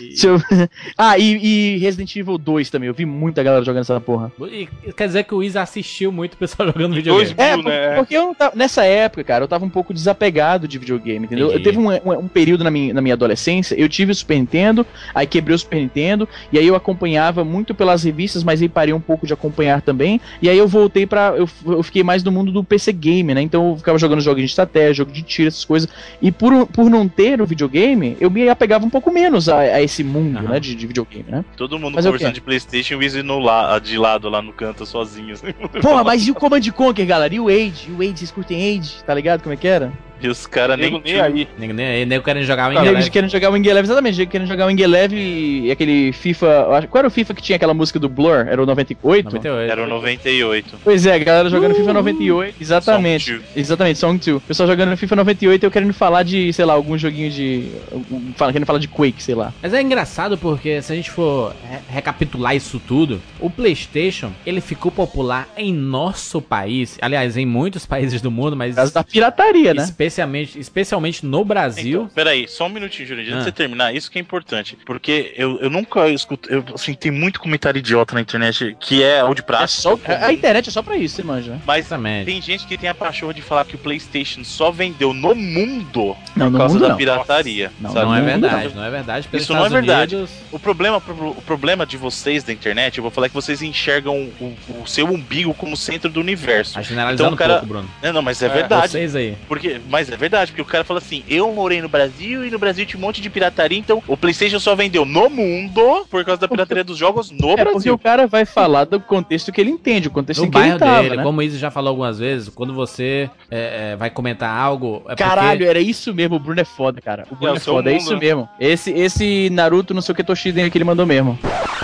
E Resident Evil 2 também. Eu vi muita galera jogando essa porra. E quer dizer que o Isa assistiu muito o pessoal jogando videogame. Porque eu não tava, nessa época, cara, eu tava um pouco desapegado de videogame, entendeu? Entendi. Eu teve um período na minha adolescência, eu tive o Super Nintendo, aí quebrei o Super Nintendo, e aí eu acompanhava muito pelas revistas, mas aí parei um pouco de acompanhar também, e aí eu voltei eu fiquei mais no mundo do PC Game, né? Então eu ficava jogando jogos de estratégia, jogo de tiro, essas coisas, e por não ter o videogame, eu me apegava um pouco menos a esse mundo, né, de videogame, né? Todo mundo conversando de PlayStation e o Easy de lado lá no canto, sozinho. Porra, mas e o Command Conquer, galera? E o Age? Vocês curtem Age? Tá ligado como é que era? E os caras nem aí. Nem querem jogar o Wing Eleven. Eles querem jogar o Wing Eleven, exatamente. Eles querem jogar o Wing Eleven e aquele FIFA... Qual era o FIFA que tinha aquela música do Blur? Era o 98? 98. Era o 98. Pois é, a galera jogando FIFA 98. Exatamente. Exatamente, Song 2. O pessoal jogando FIFA 98 e eu querendo falar de, sei lá, algum joguinho querendo falar de Quake, sei lá. Mas é engraçado porque se a gente for recapitular isso tudo, o PlayStation, ele ficou popular em nosso país. Aliás, em muitos países do mundo, mas... Por causa da pirataria, né? especialmente no Brasil. Então, peraí, só um minutinho, Júlio, antes de você terminar, isso que é importante, porque eu nunca escuto, assim, tem muito comentário idiota na internet que é o de praxe. A internet é só pra isso, você manja. Mas tem gente que tem a pachorra de falar que o PlayStation só vendeu no mundo por causa da pirataria. Não é verdade, não é verdade. Isso não é verdade. O problema de vocês da internet, eu vou falar que vocês enxergam o seu umbigo como centro do universo. Tá generalizando então, um pouco, Bruno. Não, mas é verdade. Vocês aí. Mas é verdade, porque o cara fala assim, eu morei no Brasil e no Brasil tinha um monte de pirataria, então o PlayStation só vendeu no mundo por causa da pirataria dos jogos no Brasil. Porque o cara vai falar do contexto que ele entende, o contexto no em que ele tava, dele, né? Como o Izzy já falou algumas vezes, quando você vai comentar algo... Caralho, era isso mesmo, o Bruno é foda, cara. O Bruno é foda, é isso mesmo. Esse Naruto, não sei o que, Toshiden que ele mandou mesmo.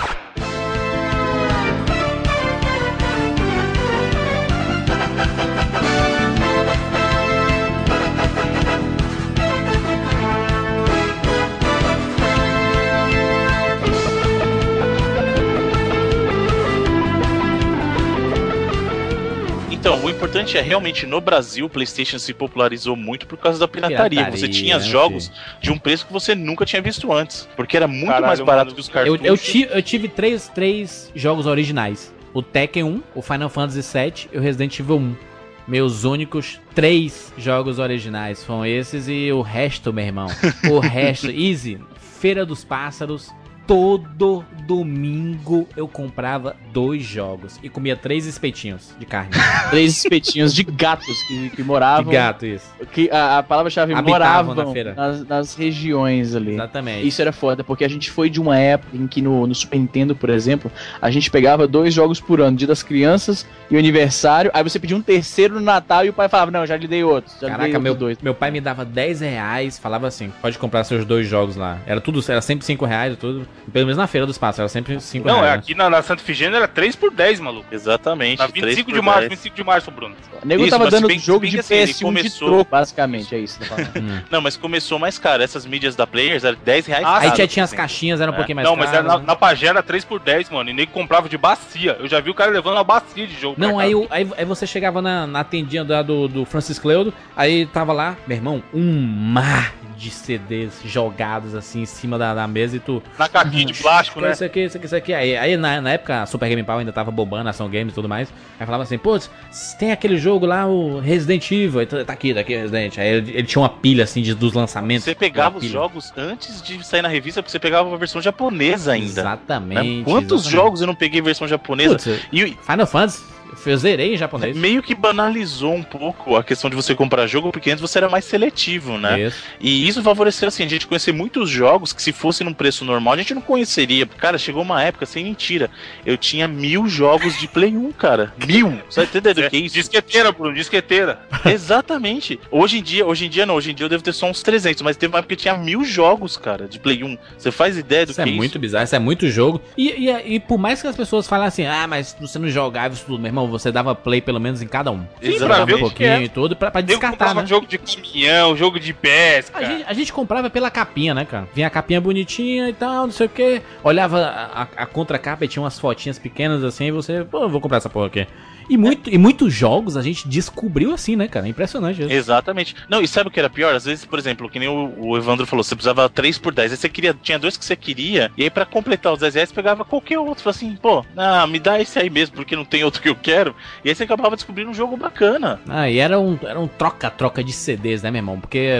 Então, o importante é realmente no Brasil o PlayStation se popularizou muito por causa da pirataria. Você tinha jogos de um preço que você nunca tinha visto antes, porque era muito mais barato que os cartuchos. Eu tive três jogos originais: o Tekken 1, o Final Fantasy VII e o Resident Evil 1. Meus únicos 3 jogos originais foram esses e o resto, meu irmão. O resto, Easy, Feira dos Pássaros. Todo domingo eu comprava 2 jogos e comia 3 espetinhos de carne. 3 espetinhos de gatos que moravam. De gato, isso. Que a palavra-chave moravam na feira. Nas regiões ali. Exatamente. Isso era foda, porque a gente foi de uma época em que no Super Nintendo, por exemplo, a gente pegava 2 jogos por ano, Dia das Crianças e o aniversário, aí você pedia um terceiro no Natal e o pai falava, não, já lhe dei outros. Caraca, meu pai me dava R$10, falava assim, pode comprar seus 2 jogos lá. Era sempre R$5 e tudo. Pelo menos na Feira dos Pássaros, era sempre R$5. Não, aqui na Santa Efigênia era 3 por 10, maluco. Exatamente. Na 25 de março, Bruno. O nego tava dando jogo de PS1 de troco, basicamente, é isso. Não, mas começou mais caro. Essas mídias da Players eram R$10. Aí já tinha as caixinhas, era um pouquinho mais caro. Não, mas na Pagé era 3 por 10, mano. E nem comprava de bacia. Eu já vi o cara levando uma bacia de jogo. Não, aí você chegava na tendinha do Francis Cleudo, aí tava lá, meu irmão, um mar de CDs jogados assim em cima da mesa e tu... Na caixinha de plástico, né? Isso aqui. Aí na época a Super Game Power ainda tava bombando, Ação Games e tudo mais. Aí falava assim, pô, tem aquele jogo lá, o Resident Evil. Aí, tá aqui, Resident. Aí ele tinha uma pilha assim dos lançamentos. Você pegava os jogos antes de sair na revista, porque você pegava a versão japonesa ainda. Exatamente. Né? Quantos jogos eu não peguei versão japonesa? Putz, Final Fantasy... Eu zerei em japonês. Meio que banalizou um pouco a questão de você comprar jogo, porque antes você era mais seletivo, né? Isso. E isso favoreceu, assim, a gente conhecer muitos jogos que se fosse num preço normal, a gente não conheceria. Cara, chegou uma época, sem mentira, eu tinha 1000 jogos de Play 1, cara. 1000! Você tá entendendo o que é isso? Disqueteira, Bruno, disqueteira. Exatamente. Hoje em dia eu devo ter só uns 300, mas teve uma época que tinha 1000 jogos, cara, de Play 1. Você faz ideia do que é isso? Isso é muito bizarro, isso é muito jogo. E por mais que as pessoas falem assim, mas você não jogava isso tudo, meu irmão, você dava play pelo menos em cada um. Sim, pra ver um pouquinho e tudo, pra descartar, né? Jogo de caminhão, jogo de pesca. A gente comprava pela capinha, né, cara? Vinha a capinha bonitinha e tal, não sei o que. Olhava a contracapa e tinha umas fotinhas pequenas assim, e você, pô, eu vou comprar essa porra aqui. E muitos jogos a gente descobriu assim, né, cara? É impressionante isso. Exatamente. Não, e sabe o que era pior? Às vezes, por exemplo, que nem o Evandro falou, você precisava 3 por 10. Aí você tinha 2 que você queria, e aí pra completar os R$10, pegava qualquer outro. Falava assim, pô, me dá esse aí mesmo, porque não tem outro que eu quero. E aí você acabava descobrindo um jogo bacana. E era um troca-troca de CDs, né, meu irmão? Porque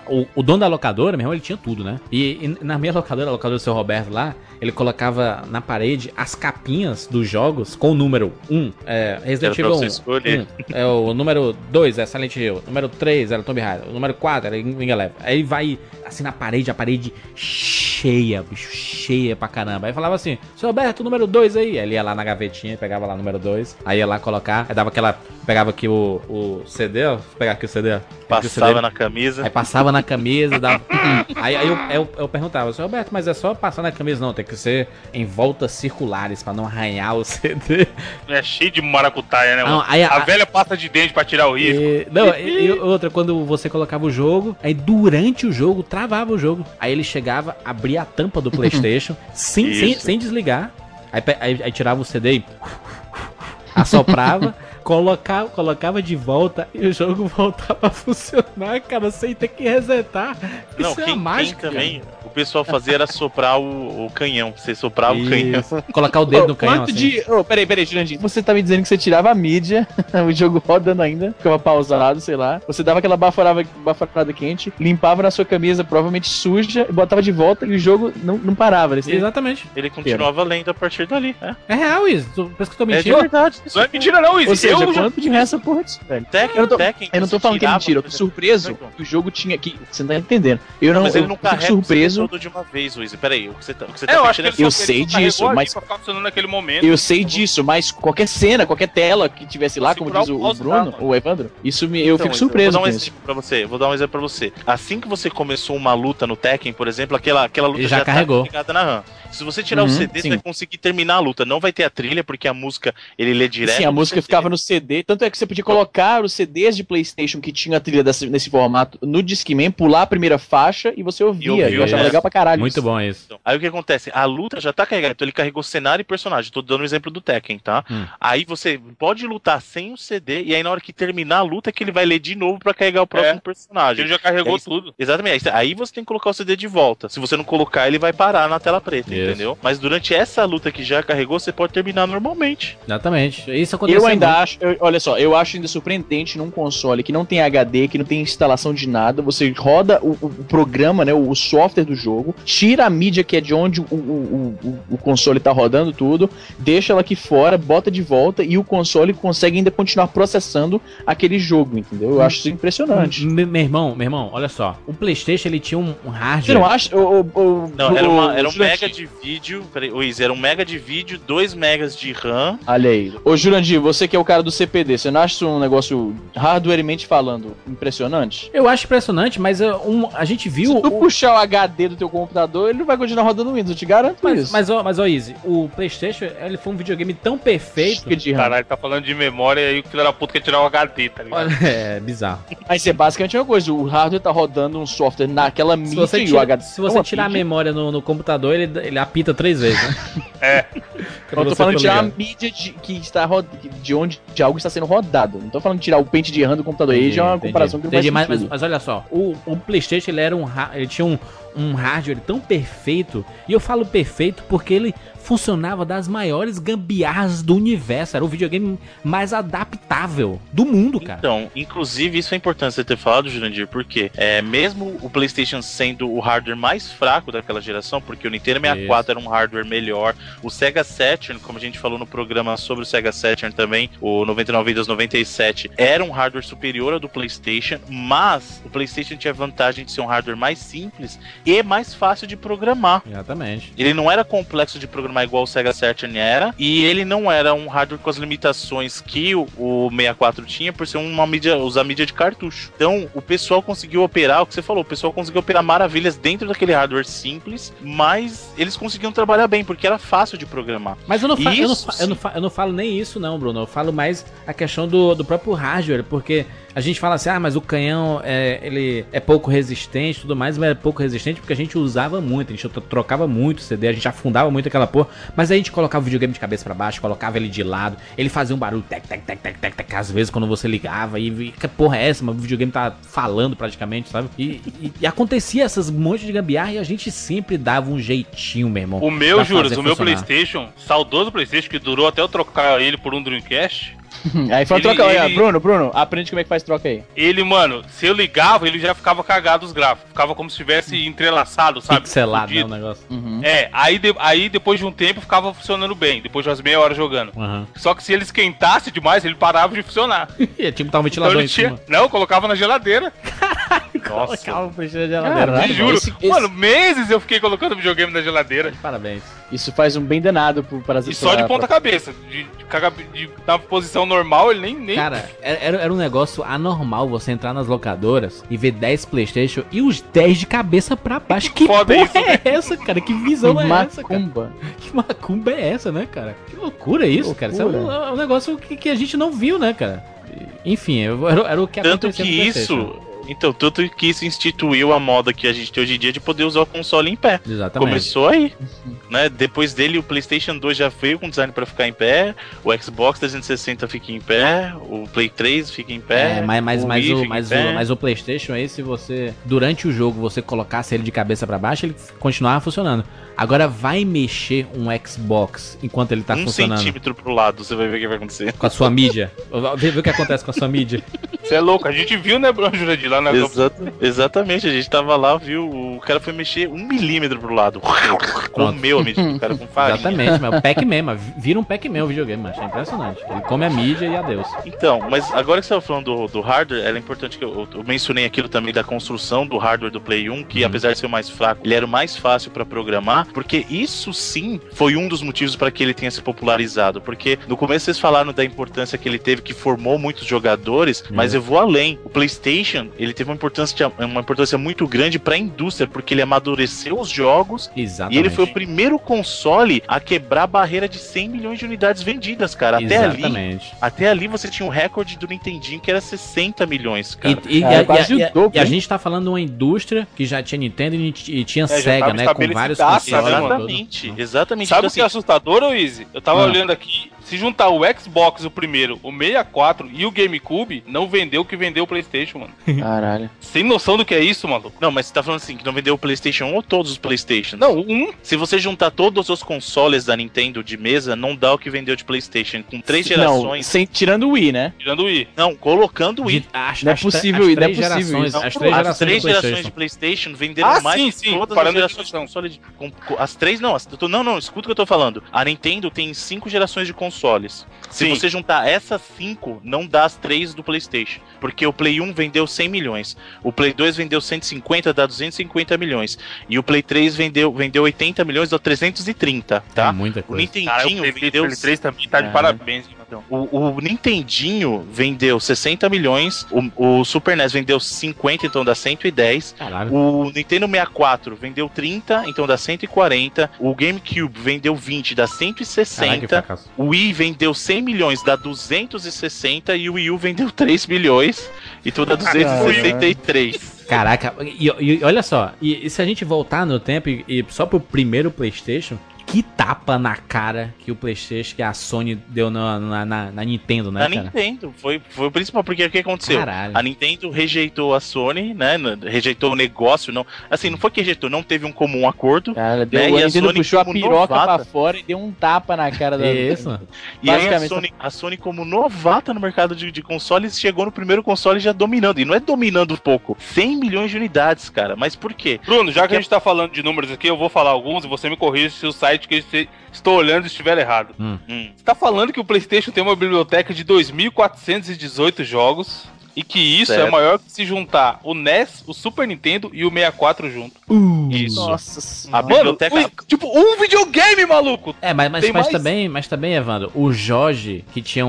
o dono da locadora, meu irmão, ele tinha tudo, né? E na minha locadora, a locadora do seu Roberto lá, ele colocava na parede as capinhas dos jogos com o número 1, Resident Evil 1, o número 2 é Silent Hill, o número 3 era Tomb Raider, o número 4 era Wing Eleven. Aí ele vai assim na parede, a parede cheia, bicho, cheia pra caramba. Aí falava assim, seu Roberto, o número 2 aí. Aí ele ia lá na gavetinha, pegava lá o número 2, aí ia lá colocar, aí dava aquela, pegava aqui o CD, ó, vou pegar aqui o CD, ó. Passava na camisa. Aí passava na camisa, dava... aí eu perguntava, seu Roberto, mas é só passar na camisa? Não, tem que ser em voltas circulares pra não arranhar o CD. É cheio de maracutaia, né? Não, aí a velha pasta de dente pra tirar o risco. E outra, quando você colocava o jogo, aí durante o jogo, travava o jogo. Aí ele chegava, abria a tampa do PlayStation sem desligar. Aí tirava o CD e assoprava. colocava de volta e o jogo voltava a funcionar, cara, sem ter que resetar. Não, Isso é quem mágica. também, o pessoal fazia era soprar o canhão. Você soprava o canhão. Colocar o dedo no canhão, quanto assim. de... Peraí, Jurandir. Você tá me dizendo que você tirava a mídia, o jogo rodando ainda, ficava pausado, sei lá. Você dava aquela baforada quente, limpava na sua camisa, provavelmente suja, e botava de volta e o jogo não parava. Né? Exatamente. Ele continuava lento a partir dali. É real isso. Parece que eu tô É mentindo. de verdade. Não é mentira não, Izzy. Ou seja, Eu já- quanto de essa porra disso, velho? Tekken, Eu não tô falando que é mentira, eu tô surpreso que o jogo tinha que... Você não tá entendendo. Mas ele não fico carrega surpreso. todo de uma vez, Luiz. Peraí, o que você tá Eu acho que mexendo ele só- Eu sei ele só carregou disso, ali mas- pra ficar funcionando naquele momento. Eu sei disso, mas qualquer cena, qualquer tela que tivesse lá, como Segurar diz o o mouse Bruno, dá, o Evandro, eu fico Então, surpreso vou dar um com isso. exemplo pra você. Vou dar um exemplo pra você. Assim que você começou uma luta no Tekken, por exemplo, aquela luta Ele já tá carregou. ligada na RAM. Se você tirar o Uhum, CD, sim. você vai conseguir terminar a luta. Não vai ter a trilha, porque a música ele lê direto. Sim, a do música CD. ficava no CD. Tanto é que você podia colocar os CDs de PlayStation que tinha a trilha nesse formato no Discman, pular a primeira faixa e você ouvia. ouvia, Eu achava é. legal pra caralho. Muito isso. bom isso. Então, aí o que acontece? A luta já tá carregada, então ele carregou cenário e personagem. Tô dando um exemplo do Tekken, tá? Aí você pode lutar sem o CD, e aí na hora que terminar a luta é que ele vai ler de novo pra carregar o próximo personagem. Ele já carregou Aí- tudo. Exatamente. Aí você tem que colocar o CD de volta. Se você não colocar, ele vai parar na tela preta, Isso. entendeu? Mas durante essa luta que já carregou, você pode terminar normalmente. Exatamente. Isso aconteceu Eu ainda muito. acho, olha só, eu acho ainda surpreendente num console que não tem HD, que não tem instalação de nada, você roda o programa, né, o software do jogo, tira a mídia que é de onde o console tá rodando tudo, deixa ela aqui fora, bota de volta e o console consegue ainda continuar processando aquele jogo, entendeu? Eu acho isso impressionante. Meu irmão, olha só. O PlayStation ele tinha um hardware. Você não acha? Não, era um Jurandir, mega de vídeo. Peraí, Luiz, era um mega de vídeo, 2 megas de RAM. Olha aí. Ô Jurandir, você que é o cara do CPD, você não acha isso um negócio hardwaremente falando impressionante? Eu acho impressionante, mas a gente viu. Se tu puxar o HD do teu computador, ele não vai continuar rodando Windows, eu te garanto isso. Mas ó, Izzy, o PlayStation ele foi um videogame tão perfeito. Chega de RAM. Caralho, tá falando de memória e aí o filho da puta quer tirar o HD, tá ligado? Olha, é bizarro. Mas é basicamente uma coisa, o hardware tá rodando um software naquela Se mídia você, e o tira, HD. se você tirar a memória no computador, ele apita 3 vezes, né? É. Eu tô falando de tirar a mídia que está de algo que está sendo rodado. Não tô falando de tirar o pente de RAM do computador. Aí já é uma comparação que não faz mas, sentido. mas olha só, o PlayStation ele tinha um hardware tão perfeito, e eu falo perfeito porque ele funcionava das maiores gambiarras do universo, era o videogame mais adaptável do mundo, cara. Então, inclusive, isso é importante você ter falado, Jurandir, porque mesmo o PlayStation sendo o hardware mais fraco daquela geração, porque o Nintendo 64 era um hardware melhor, o Sega Saturn, como a gente falou no programa sobre o Sega Saturn também, o 99 Vidas 97, era um hardware superior ao do PlayStation, mas o PlayStation tinha a vantagem de ser um hardware mais simples e mais fácil de programar. Exatamente. Ele não era complexo de programar igual o Sega Saturn era, e ele não era um hardware com as limitações que o 64 tinha, por ser usar mídia de cartucho. Então, o pessoal conseguiu operar, o que você falou, o pessoal conseguiu operar maravilhas dentro daquele hardware simples, mas eles conseguiam trabalhar bem, porque era fácil de programar. Mas eu não falo nem isso não, Bruno, eu falo mais a questão do próprio hardware, porque a gente fala assim, mas o canhão ele é pouco resistente e tudo mais, mas é pouco resistente porque a gente usava muito, a gente trocava muito CD, a gente afundava muito aquela porra, mas aí a gente colocava o videogame de cabeça pra baixo, colocava ele de lado, ele fazia um barulho tec, às vezes quando você ligava, e que porra é essa? Mas o videogame tá falando praticamente, sabe? E acontecia essas montes de gambiarra e a gente sempre dava um jeitinho, meu irmão. O meu, Juras, o meu funcionar. PlayStation, saudoso PlayStation, que durou até eu trocar ele por um Dreamcast. Aí fala, troca aí, Bruno, aprende como é que faz troca aí. Ele, mano, se eu ligava, ele já ficava cagado os gráficos. Ficava como se tivesse entrelaçado, sabe? Pixelado, né, o negócio. Aí depois de um tempo ficava funcionando bem, depois de umas meia hora jogando. Uhum. Só que se ele esquentasse demais, ele parava de funcionar. Tinha que botar um ventilador Então ele em cima. Não, eu colocava na geladeira. Colocava o PlayStation na geladeira. Te juro. Mano, meses eu fiquei colocando videogame na geladeira. Parabéns. Isso faz um bem danado para as E só de ponta cabeça. De na posição normal, ele nem... Cara, era um negócio anormal você entrar nas locadoras e ver 10 PlayStation e os 10 de cabeça pra baixo. Que foda porra isso, é essa, cara? Que visão é essa, cara? Macumba. Que macumba é essa, né, cara? Que loucura isso, cara. Isso é um negócio que a gente não viu, né, cara? Enfim, era o que Tanto acontecia que no PlayStation. tanto que isso instituiu a moda que a gente tem hoje em dia de poder usar o console em pé. Exatamente. Começou aí. né? Depois dele, o PlayStation 2 já veio com design pra ficar em pé, o Xbox 360 fica em pé, o Play 3 fica em pé. Mas o PlayStation aí, se você, durante o jogo, você colocasse ele de cabeça pra baixo, ele continuava funcionando. Agora vai mexer um Xbox enquanto ele tá funcionando. 1 centímetro pro lado, você vai ver o que vai acontecer. Com a sua mídia. Vê o que acontece com a sua mídia. Você é louco, a gente viu, né, Jurandir, lá na Exatamente, a gente tava lá, viu, o cara foi mexer 1 milímetro pro lado. Comeu a mídia do cara com farinha. Exatamente, mas o Pac-Man, vira um Pac-Man o videogame, mas é impressionante. Ele come a mídia e adeus. Então, mas agora que você tava falando do hardware, era importante que eu mencionei aquilo também da construção do hardware do Play 1, que apesar de ser o mais fraco, ele era o mais fácil pra programar, porque isso sim foi um dos motivos para que ele tenha se popularizado, porque no começo vocês falaram da importância que ele teve, que formou muitos jogadores, mas eu vou além. O PlayStation, ele teve uma importância muito grande para a indústria, porque ele amadureceu os jogos. Exatamente. E ele foi o primeiro console a quebrar a barreira de 100 milhões de unidades vendidas, cara. Até ali você tinha um recorde do Nintendinho que era 60 milhões, cara. E a gente tá falando de uma indústria que já tinha Nintendo e tinha Sega, né? Com vários consoles. Exatamente. Sabe o que é assustador, Easy? Eu tava olhando aqui. Se juntar o Xbox, o primeiro, o 64 e o GameCube, não vendeu o que vendeu o PlayStation, mano. Caralho. Sem noção do que é isso, maluco. Não, mas você tá falando assim, que não vendeu o PlayStation 1 ou todos os PlayStation? Não, Se você juntar todos os consoles da Nintendo de mesa, não dá o que vendeu de PlayStation. Com 3 gerações... Não, tirando o Wii, né? Tirando o Wii. Não, colocando o Wii. Não é possível isso. As 3 gerações de PlayStation venderam mais que todas as gerações de console. As 3 não. Não, escuta o que eu tô falando. A Nintendo tem 5 gerações de consoles. Se você juntar essas 5, não dá as 3 do PlayStation. Porque o Play 1 vendeu 100 milhões. O Play 2 vendeu 150, dá 250 milhões. E o Play 3 vendeu 80 milhões, dá 330, tá? É muita coisa. O Nintendinho vendeu... O Play 3 também tá de parabéns, então. O Nintendinho vendeu 60 milhões, o Super NES vendeu 50, então dá 110. Caralho. O Nintendo 64 vendeu 30, então dá 140. O GameCube vendeu 20, dá 160. Caraca, o Wii vendeu 100 milhões, dá 260. E o Wii U vendeu 3 milhões, então dá 263. Caraca, e olha só, e se a gente voltar no tempo e só pro primeiro PlayStation, que tapa na cara que o PlayStation, que a Sony deu na Nintendo, né, cara? Nintendo, foi o principal, porque o que aconteceu? Caralho. A Nintendo rejeitou a Sony, né, rejeitou o negócio, não, assim, não foi que rejeitou, não teve um comum acordo, cara, né, a Nintendo Sony puxou a piroca pra fora e deu um tapa na cara da... Isso. E aí a Sony como novata no mercado de consoles, chegou no primeiro console já dominando, e não é dominando pouco, 100 milhões de unidades, cara, mas por quê? Bruno, já que a gente tá falando de números aqui, eu vou falar alguns e você me corrige se o site que você estou olhando estiver errado. Você tá falando que o PlayStation tem uma biblioteca de 2.418 jogos e que isso é maior que se juntar o NES, o Super Nintendo e o 64 junto. Isso. Nossa. A biblioteca... tipo, um videogame, maluco! Mas também, Evandro, o Jorge, que tinha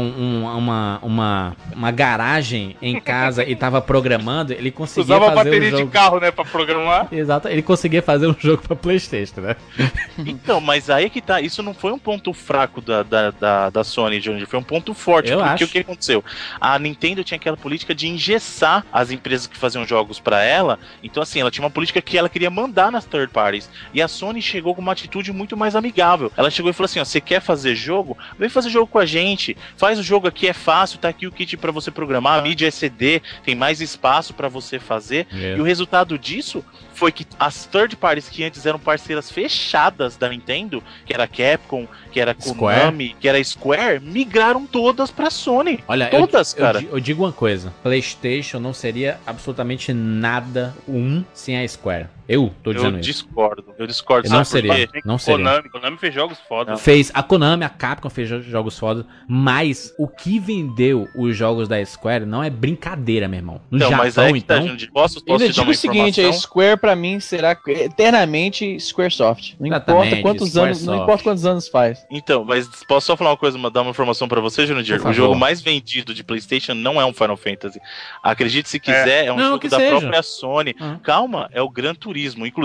uma garagem em casa e tava programando, ele conseguia usava fazer bateria de carro, né, pra programar. Exato, ele conseguia fazer um jogo pra PlayStation, né? Então, mas aí é que tá, isso não foi um ponto fraco da Sony, Johnny, foi um ponto forte, porque o que aconteceu? A Nintendo tinha aquela política de engessar as empresas que faziam jogos pra ela, então assim, ela tinha uma política que ela queria mandar nas third parties, e a Sony chegou com uma atitude muito mais amigável. Ela chegou e falou assim, ó, você quer fazer jogo? Vem fazer jogo com a gente, faz o jogo aqui, é fácil, tá aqui o kit pra você programar, a mídia é CD, tem mais espaço pra você fazer, e o resultado disso foi que as third parties que antes eram parceiras fechadas da Nintendo, que era Capcom, que era Konami, que era Square, migraram todas pra Sony. Olha, todas, cara. Eu digo uma coisa, PlayStation não seria absolutamente nada sem a Square. Eu tô dizendo isso. Eu discordo. Não seria. Não seria. Konami fez jogos foda. A Konami, a Capcom fez jogos foda, mas o que vendeu os jogos da Square não é brincadeira, meu irmão. No Japão, mas aí então... Posso te dar uma informação? O seguinte, a Square pra mim será eternamente Squaresoft. Não importa quantos anos faz. Então, mas posso só falar uma coisa, dar uma informação pra você, Jurandir? O jogo mais vendido de PlayStation não é um Final Fantasy. Acredite se quiser, é um jogo da própria Sony. Calma, é o Gran Turismo. Inclusive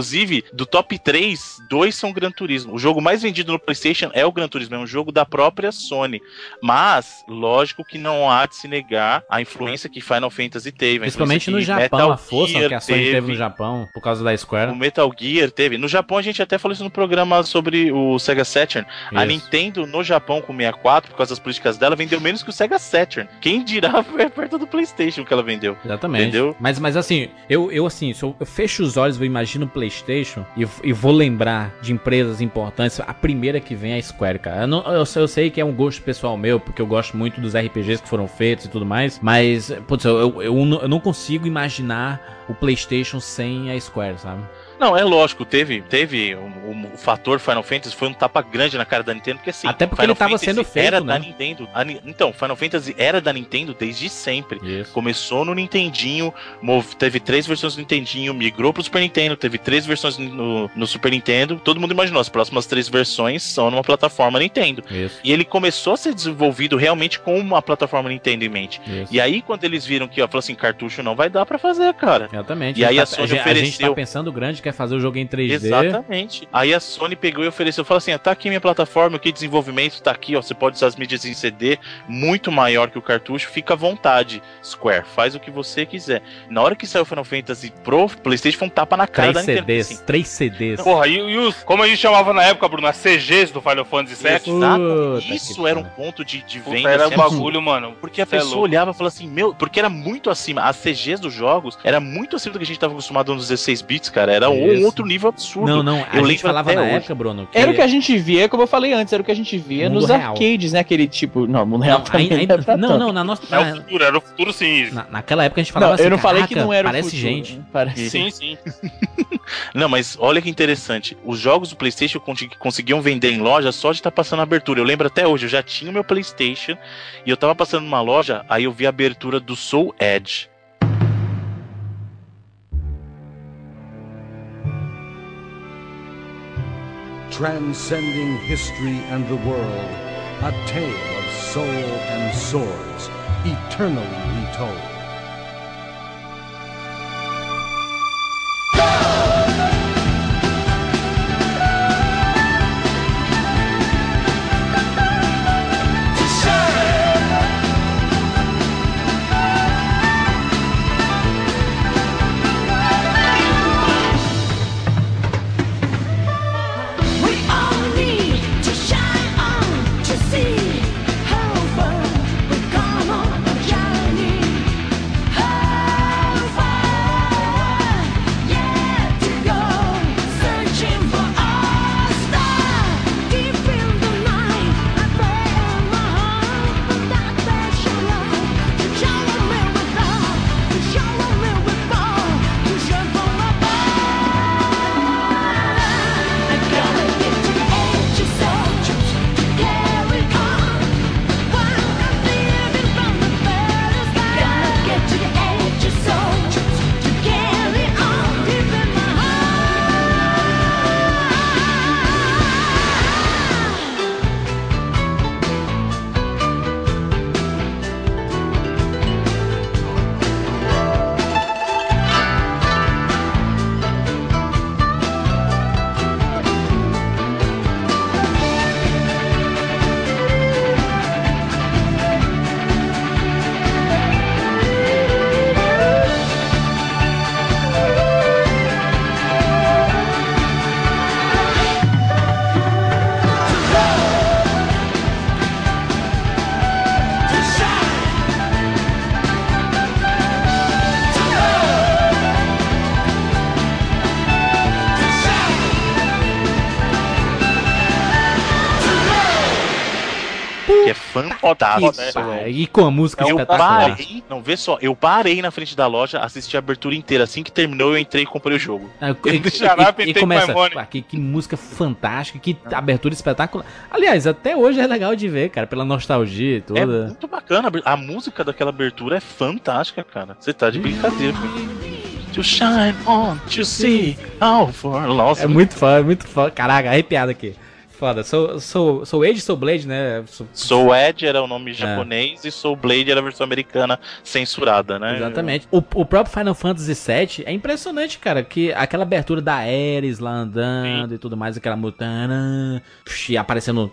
Inclusive, do top 3, 2 são Gran Turismo. O jogo mais vendido no PlayStation é o Gran Turismo, é um jogo da própria Sony. Mas, lógico que não há de se negar a influência que Final Fantasy teve. Principalmente no Japão, Metal a força Gear que a Sony teve no Japão, por causa da Square. O Metal Gear teve. No Japão, a gente até falou isso no programa sobre o Sega Saturn. Isso. A Nintendo, no Japão, com o 64, por causa das políticas dela, vendeu menos que o Sega Saturn. Quem dirá foi perto do PlayStation que ela vendeu. Exatamente. Entendeu? Mas assim, eu assim, se eu fecho os olhos, eu imagino o PlayStation e vou lembrar de empresas importantes. A primeira que vem é a Square, cara. Eu sei que é um gosto pessoal meu, porque eu gosto muito dos RPGs que foram feitos e tudo mais, mas, putz, eu não consigo imaginar o PlayStation sem a Square, sabe? Não, é lógico, teve o fator Final Fantasy foi um tapa grande na cara da Nintendo, porque assim, até porque Final ele tava Fantasy sendo feito, era né? da Nintendo. Então, Final Fantasy era da Nintendo desde sempre. Isso. Começou no Nintendinho, teve 3 versões do Nintendinho, migrou pro Super Nintendo, teve 3 versões no Super Nintendo. Todo mundo imaginou, as próximas 3 versões são numa plataforma Nintendo. Isso. E ele começou a ser desenvolvido realmente com uma plataforma Nintendo em mente. Isso. E aí, quando eles viram que, falou assim, cartucho não vai dar pra fazer, cara. Exatamente. E aí a Sony ofereceu... A gente tá pensando grande, quer fazer o jogo em 3D. Exatamente. Aí a Sony pegou e ofereceu, falou assim, tá aqui minha plataforma, que desenvolvimento tá aqui, ó, você pode usar as mídias em CD, muito maior que o cartucho, fica à vontade, Square, faz o que você quiser. Na hora que saiu o Final Fantasy pro PlayStation, foi um tapa na cara da Nintendo. Assim. 3 CDs. Porra, e como a gente chamava na época, Bruno, as CGs do Final Fantasy VII? Exato. Isso era um ponto de venda. Era assim, um bagulho, mano. Porque a pessoa olhava e falava assim, porque era muito acima, as CGs dos jogos, era muito acima do que a gente tava acostumado nos 16 bits, cara, era um outro nível absurdo. Não, a gente falava na época, Bruno, que... Era o que a gente via, como eu falei antes, era o que a gente via nos real. Arcades, né? Aquele tipo... Não, mundo real na nossa... Era o futuro sim. Naquela época a gente falava assim, eu não falei que não era parece o futuro. Gente. Parece. Sim. Não, mas olha que interessante. Os jogos do PlayStation conseguiam vender em loja só de estar passando a abertura. Eu lembro até hoje, eu já tinha o meu PlayStation e eu tava passando numa loja, aí eu vi a abertura do Soul Edge. Transcending history and the world, a tale of soul and swords, eternally retold. Que é fantástico. E com a música espetacular. Não, vê só, eu parei na frente da loja, assisti a abertura inteira. Assim que terminou, eu entrei e comprei o jogo. E começa, que música fantástica, que abertura espetacular. Aliás, até hoje é legal de ver, cara, pela nostalgia e tudo. É muito bacana, a música daquela abertura é fantástica, cara. Você tá de brincadeira. To shine on, to see how for lost. É muito fã, muito fã. Caraca, arrepiado aqui. Foda. Soul Edge e Soul Blade, né? Soul Edge era o nome japonês e Soul Blade era a versão americana censurada, né? Exatamente. O próprio Final Fantasy VII é impressionante, cara, que aquela abertura da Ares lá andando e tudo mais, aquela mutana, e aparecendo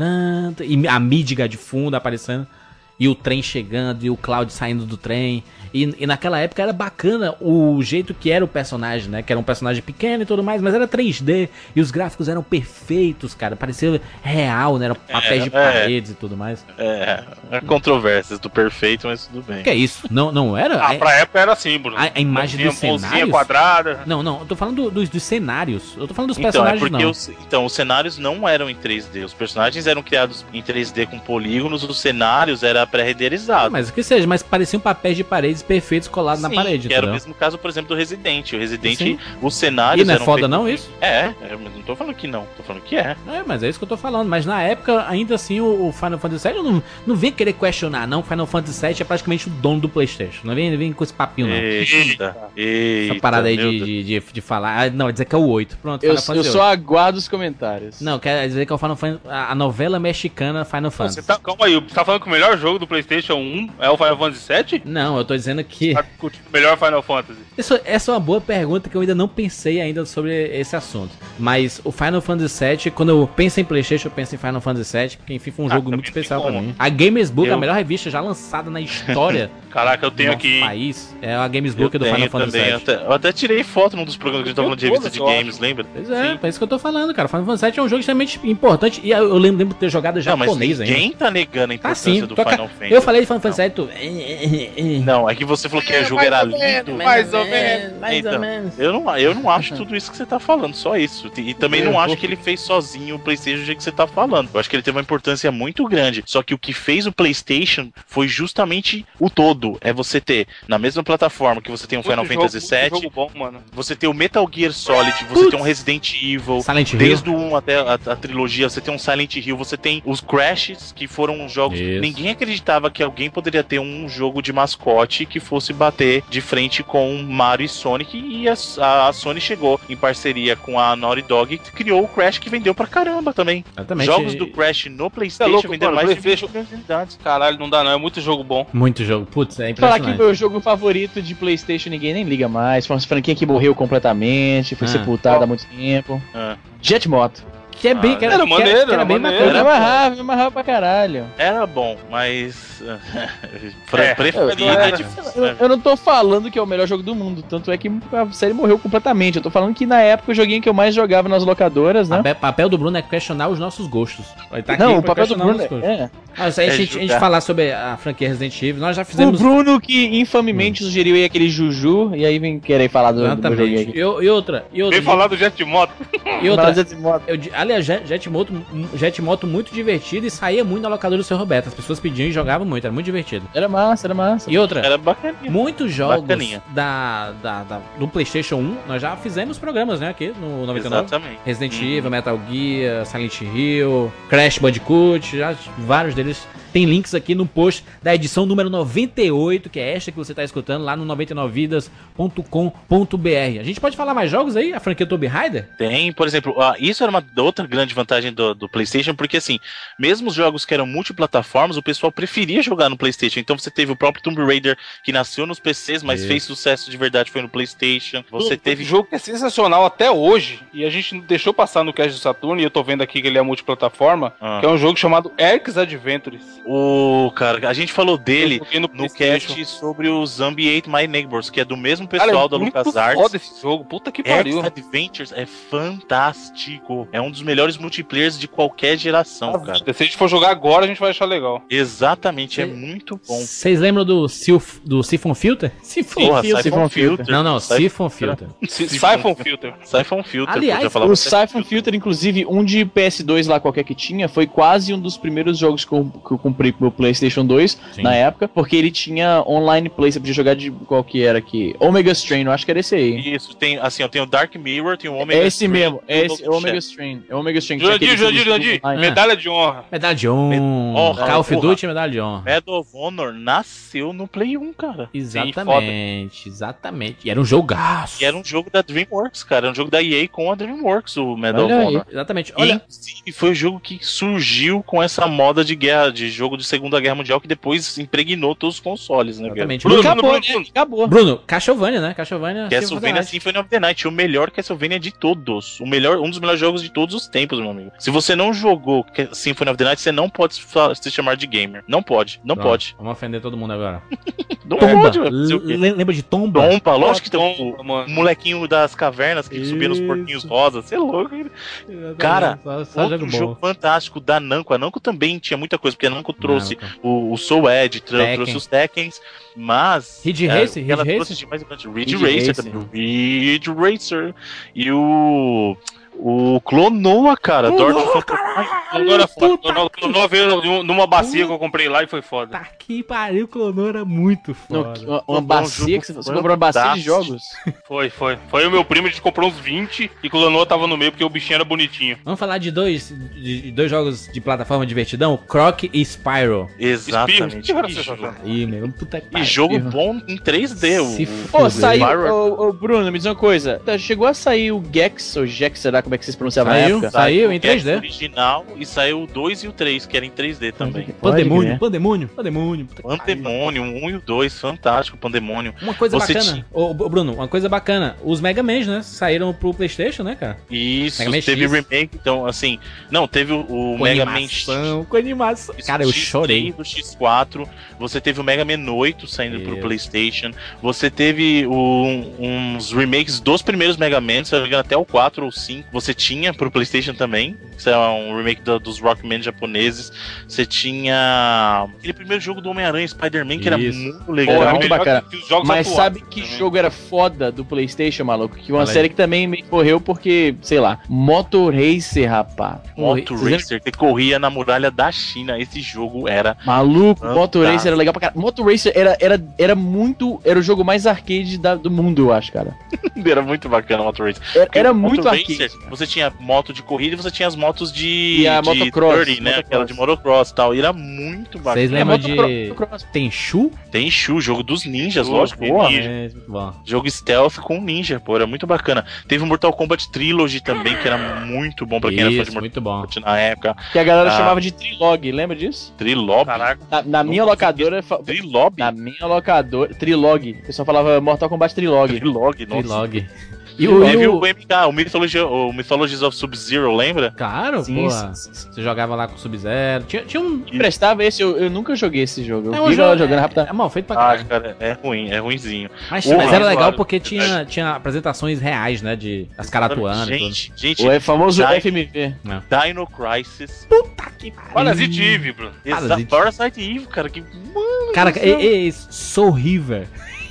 e a Midgar de fundo aparecendo. E o trem chegando, e o Cloud saindo do trem. E naquela época era bacana o jeito que era o personagem, né? Que era um personagem pequeno e tudo mais, mas era 3D. E os gráficos eram perfeitos, cara. Parecia real, né? Eram papéis de paredes e tudo mais. Controvérsias do perfeito, mas tudo bem. Que é isso? Não era? Pra época era assim, Bruno. A imagem dos cenários... quadrada. Não, eu tô falando dos cenários. Eu tô falando dos personagens, não. Os cenários não eram em 3D. Os personagens eram criados em 3D com polígonos. Os cenários era pré-renderizado. Mas o que seja, mas pareciam papéis de paredes perfeitos colados na parede, que era o mesmo caso, por exemplo, do Resident. O Resident, os cenários... E não é foda não, isso? Mas não tô falando que não. Tô falando que é. Mas é isso que eu tô falando. Mas na época, ainda assim, o Final Fantasy VII, eu não vem querer questionar, não. Final Fantasy VII é praticamente o dono do PlayStation. Não vem com esse papinho, não. Eita. Essa parada aí de falar... Não, dizer que é o 8. Pronto, eu só aguardo os comentários. Não, quer dizer que é o Final Fantasy... A novela mexicana Final Fantasy. Calma aí, você tá falando que o melhor jogo do PlayStation 1 é o Final Fantasy VII? Não, eu tô dizendo que... Tá curtindo o melhor Final Fantasy? Essa é uma boa pergunta que eu ainda não pensei ainda sobre esse assunto. Mas o Final Fantasy VII, quando eu penso em PlayStation, eu penso em Final Fantasy VII, porque enfim foi um jogo muito especial pra mim. A Gamers Book, a melhor revista já lançada na história. Caraca, eu tenho do aqui. País, é a Gamers Book do Final Fantasy VII. Eu até tirei foto num dos programas que a gente tava falando de revista de games, lembra? Pois é, é isso que eu tô falando, cara. Final Fantasy VII é um jogo extremamente importante. E eu lembro de ter jogado japonês ainda. Ninguém tá negando a importância do Final Fantasy. Eu falei de Final Fantasy VII, tu... Não, é que você falou que o jogo era lindo. Mais ou menos. Eu não acho tudo isso que você tá falando, só isso. E também não acho que ele fez sozinho o PlayStation do jeito que você tá falando. Eu acho que ele teve uma importância muito grande. Só que o que fez o PlayStation foi justamente o todo. É você ter, na mesma plataforma que você tem um Final Fantasy VII, você ter o Metal Gear Solid, você tem um Resident Evil, desde o 1 até a trilogia, você tem um Silent Hill, você tem os Crashes, que foram jogos... Isso. Ninguém acreditava que alguém poderia ter um jogo de mascote que fosse bater de frente com Mario e Sonic, e a Sony chegou em parceria com a Naughty Dog e criou o Crash, que vendeu pra caramba também. Exatamente. Jogos do Crash no PlayStation venderam mais de 20 milhões de unidades. Caralho, não dá não, é muito jogo bom. Muito jogo, putz, é impressionante. Falar que o meu jogo favorito de PlayStation ninguém nem liga mais, foi uma franquia que morreu completamente, foi sepultada há muito tempo. Jet Moto. Que é bem, era maneiro, era bem maneiro. Era amarrava pra caralho. Era bom, mas preferido é difícil. Eu não tô falando que é o melhor jogo do mundo, tanto é que a série morreu completamente. Eu tô falando que na época o joguinho que eu mais jogava nas locadoras, né? O papel do Bruno é questionar os nossos gostos. Tá aqui, não, o papel do Bruno Mas aí a gente falar sobre a franquia Resident Evil, nós já fizemos... O Bruno que infamemente sugeriu aí aquele Juju, e aí vem querer falar do joguinho aqui. E outra. Vem falar do Jet Moto. E outra, aliás, Jet Moto muito divertido e saía muito na locadora do seu Roberto. As pessoas pediam e jogavam muito, era muito divertido. Era massa. E outra, era bacaninha. Muitos jogos do PlayStation 1, nós já fizemos programas, né, aqui no 99. Exatamente. Resident Evil, Metal Gear, Silent Hill, Crash Bandicoot, já vários deles. Tem links aqui no post da edição número 98, que é esta que você está escutando, lá no 99vidas.com.br. A gente pode falar mais jogos aí? A franquia Tomb Raider? Tem, por exemplo, isso era uma outra grande vantagem do PlayStation, porque assim, mesmo os jogos que eram multiplataformas, o pessoal preferia jogar no PlayStation. Então você teve o próprio Tomb Raider, que nasceu nos PCs, mas fez sucesso de verdade, foi no PlayStation. Você teve... jogo que é sensacional até hoje, e a gente deixou passar no cast do Saturn, e eu tô vendo aqui que ele é multiplataforma, que é um jogo chamado Eric's Adventures. Cara, a gente falou dele no cast sobre o Zombie Ate My Neighbors, que é do mesmo pessoal da LucasArts. Foda esse jogo, puta que pariu. Adventures é fantástico. É um dos melhores multiplayers de qualquer geração, cara. Se a gente for jogar agora, a gente vai achar legal. Exatamente, é muito bom. Vocês lembram do Siphon Filter? Siphon Filter. Não, Siphon Filter. Siphon Filter. Siphon Filter. Aliás, o Siphon Filter, inclusive, um de PS2 lá qualquer que tinha, foi quase um dos primeiros jogos com comprei pro PlayStation 2 Sim. na época, porque ele tinha online play, você podia jogar de qual que era aqui? Omega Strain, eu acho que era esse aí. Isso, tem, assim, eu tenho o Dark Mirror, tem o Omega É esse Strain, mesmo, é e o esse, é o Double Omega Shadow. Strain. É o Omega Strain. que tinha aquele Jurandir, serviço online. medalha de honra. Medalha de honra. Honra, Call of porra. Duty, medalha de honra. Medal of Honor nasceu no Play 1, cara. Exatamente, exatamente. E era um jogaço. E era um jogo da DreamWorks, cara. Era um jogo da EA com a DreamWorks, o Medal Olha of aí. Honor. Exatamente. E, Olha, inclusive, foi o jogo que surgiu com essa moda de guerra, de jogo de Segunda Guerra Mundial, que depois impregnou todos os consoles, né, velho? exatamente. Bruno, Acabou, Bruno, né? Bruno. Acabou. Bruno, Castlevania, né? Castlevania Castlevania Symphony of the Night, o melhor Castlevania de todos. Um dos melhores jogos de todos os tempos, meu amigo. Se você não jogou Symphony of the Night, você não pode se chamar de gamer. Não pode, não Pronto, pode. Vamos ofender todo mundo agora. Não pode, velho. Lembra de Tomba? Tomba, lógico que tem Tomba, o mano. molequinho das cavernas que subia nos Isso. porquinhos rosas. Você é louco, hein? Cara, só Outro jogo fantástico da Namco. A Namco também tinha muita coisa, porque a Namco trouxe o Soul Edge, Tekken. trouxe os Tekkens, mas... Ridge Racer? ela Ridge trouxe Racer? demais Ridge Ridge Racer Racer. também. Ridge Racer. E o Clonoa, cara. Agora foda. Clonoa veio numa bacia que eu comprei lá e foi foda. Tá que pariu, Clonoa era muito Não, foda. uma bacia que você comprou uma bacia de jogos. Foi o meu primo, a gente comprou uns 20 e Clonoa tava no meio porque o bichinho era bonitinho. Vamos falar de dois jogos de plataforma divertidão? Croc e Spyro. Exatamente. Espirro, Que que jogo. Aí, meu, puta que E pariu. jogo bom em 3D. Se Pô, Fuder. saiu. Spyro- Ô, Bruno, me diz uma coisa. Chegou a sair o Gex, ou Gex, será como é que vocês pronunciavam na Saiu? época? Saiu em o Gex 3D. original e saiu o 2 e o 3, que era em 3D também. Pandemônio, Pode Pandemônio, Pandemônio. puta que pariu. Pandemônio, 1 e o 2, fantástico, Pandemônio. Uma coisa Você bacana, ô Bruno, uma coisa bacana. Os Mega Man, né? Saíram pro PlayStation, né, cara? Isso, Mega Man teve X. remake, então, assim, não, teve o Com Mega Man X. animação, com animação. Cara, eu X3 chorei. do X4, você teve o Mega Man 8 saindo pro Isso. PlayStation, você teve uns remakes dos primeiros Mega Man, se eu não me engano, até o 4 ou 5, você tinha pro PlayStation também, isso é um remake dos Rockman japoneses, você tinha aquele primeiro jogo do Homem-Aranha, Spider-Man, que era Isso. muito legal. Pô, Era muito melhor bacana. que os jogos Mas atuais sabe que também. jogo era foda do PlayStation, maluco? Que uma Fala aí. série que também me correu porque, sei lá, Motor Racer, rapaz. Moto Vocês Racer, que corria na muralha da China, esse jogo era Maluco, Fantástico. Motor Racer era legal pra caralho. Motor Racer era muito. Era o jogo mais arcade do mundo, eu acho, cara. era muito bacana o Moto Racer. Era Porque o muito Moto arcade. Racer, você tinha moto de corrida e você tinha as motos de, E a de motocross, 30, né? motocross. Aquela de motocross e tal. E era muito bacana. Vocês lembram de Motocross. Tenchu? Tem Shu, jogo dos ninjas, Pô, lógico. porra. Ninja. É, muito bom. Jogo stealth com ninja, pô, era muito bacana. Teve o Mortal Kombat Trilogy também, que era muito bom pra quem era fã de Isso, Mortal muito bom. Kombat na época. Que a galera Ah. chamava de Trilog, lembra disso? Trilob. Caraca. Na minha locadora. Trilob? Na minha locadora. Trilog. O pessoal falava Mortal Kombat Trilog. Trilog, nossa. Trilog. E teve o MK, o Mythologies of Sub-Zero, lembra? Claro, Sim, porra. sim, sim. Você jogava lá com o Sub-Zero. Tinha um. Prestava esse, eu nunca joguei esse jogo. Eu um vi jogo- ela jogando rápido. É mal feito pra Ah, caralho. cara, é ruim, é ruinzinho. Mas, Porra, mas era legal claro. porque tinha apresentações reais, né? De as caras atuando e tudo. Gente, O famoso Dai- FMV. Dino Crisis. Parasite Eve, Bruno. Parasite. Parasite Eve, cara, que... Mano Cara, do céu. Soul River.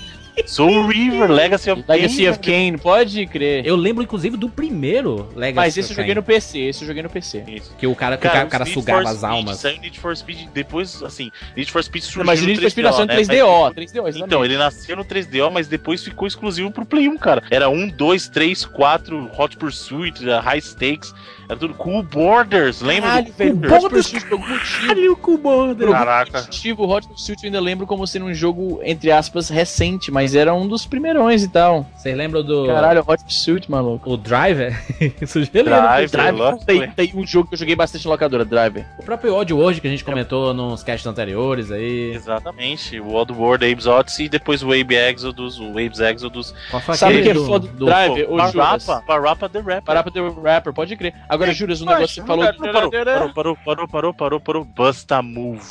Soul River, Legacy of Legacy of Kain. Kain, pode crer. Eu lembro, inclusive, do primeiro Legacy. Mas esse eu of joguei Kain, no PC, esse eu joguei no PC. Isso. Que o cara, Cara, o cara os Need sugava for as Speed, almas. Saiu Need for Speed depois, assim, Need for Speed surgiu Mas o Need for Speed nasceu em né? 3DO, 3DO, exatamente. Então, ele nasceu no 3DO, mas depois ficou exclusivo pro Play 1, cara. Era 1, 2, 3, 4, Hot Pursuit, High Stakes, era tudo Cool Borders, lembra Caralho, do velho, Cool Hot Borders? Pursuit por algum motivo. Caralho, com o border. Por algum Caraca. motivo, o Hot Pursuit eu ainda lembro como sendo um jogo, entre aspas, recente, mas era um dos primeirões e tal. Vocês lembram do. Caralho, Hot Pursuit, maluco. O Driver? Isso já lembra. Driver, lógico. Tem um jogo que eu joguei bastante na locadora, Driver. O próprio Oddworld que a gente comentou nos casts anteriores aí. Exatamente, o Oddworld, Abe's Odyssey e depois o Abe's Exodus. Qual foi Sabe o aquele que é foda do Driver? Ô, Juras. Parappa the Rapper. Parappa the Rapper, pode crer. Agora, Juras, um negócio que você falou... Parou, Busta Move.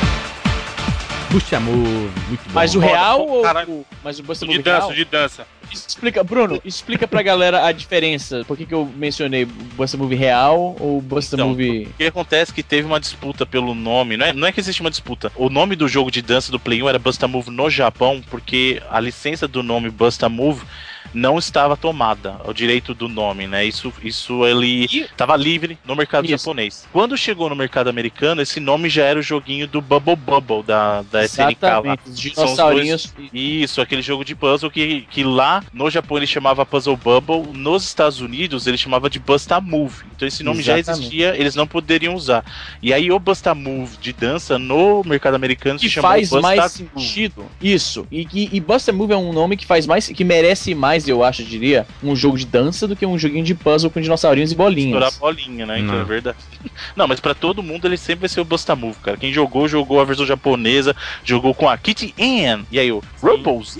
Puxa Move, muito bom. Mas o Foda, real foda, ou... caralho. Mas o Buster De Move real? dança, de dança. Bruno, explica pra galera a diferença. Por que eu mencionei Buster Move real ou Buster Move... O que acontece é que teve uma disputa pelo nome, não é que existe uma disputa. O nome do jogo de dança do Play 1 era Buster Move no Japão, porque a licença do nome Buster Move não estava tomada, o direito do nome, né? Isso ele estava livre no mercado japonês. Quando chegou no mercado americano, esse nome já era o joguinho do Bubble Bubble da SNK lá. Os dinossaurinhos. Isso, aquele jogo de puzzle que lá no Japão ele chamava Puzzle Bubble, nos Estados Unidos ele chamava de Busta Move. Então esse nome já existia, eles não poderiam usar. E aí o Busta Move de dança no mercado americano se chamava Busta Move. Que faz mais sentido. Isso. E Busta Move é um nome que faz mais, que merece mais, eu acho, diria, um jogo de dança do que um joguinho de puzzle com dinossaurinhos e bolinhas. Estourar bolinha, né? Então é verdade. Não, mas pra todo mundo ele sempre vai ser o Busta Move, cara. Quem jogou a versão japonesa, jogou com a Kitty Ann. E aí o Rumbles.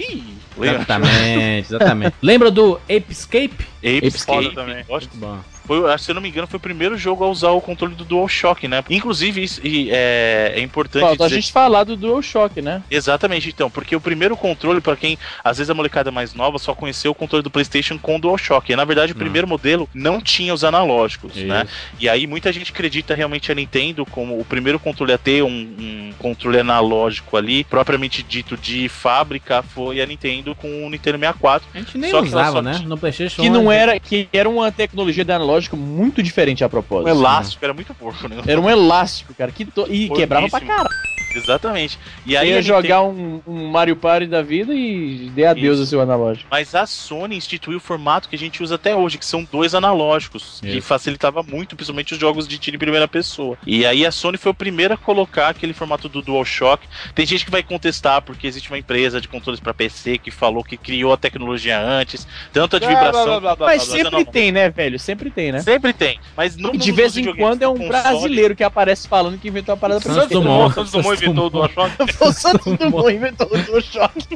Exatamente. Lembra do Ape Escape? Ape Escape também. Muito bom. Se eu não me engano, foi o primeiro jogo a usar o controle do DualShock, né? Inclusive, isso é importante Falta a gente falar do DualShock, né? Exatamente, então, porque o primeiro controle, pra quem, às vezes a molecada mais nova só conheceu o controle do PlayStation com o DualShock, e na verdade o primeiro modelo não tinha os analógicos, né? E aí muita gente acredita realmente a Nintendo como o primeiro controle a ter um controle analógico ali, propriamente dito de fábrica, foi a Nintendo com o Nintendo 64. A gente nem usava, né? No PlayStation que era uma tecnologia de analógico muito diferente a propósito. Um elástico, era muito porco, né? Era um elástico, cara, e quebrava pra caralho. Exatamente. E aí ia jogar um Mario Party da vida e dê adeus ao seu analógico. Mas a Sony instituiu o formato que a gente usa até hoje, que são 2 analógicos, que facilitava muito, principalmente os jogos de tiro em primeira pessoa. E aí a Sony foi a primeira a colocar aquele formato do DualShock. Tem gente que vai contestar, porque existe uma empresa de controles para PC que falou que criou a tecnologia antes, tanto a de vibração... Mas sempre tem, né, velho? Sempre tem, né? Sempre tem. Mas no de vez em quando é um brasileiro que aparece falando que inventou a parada pra Santos Dumont inventou o DualShock. O Santos Dumont inventou o DualShock.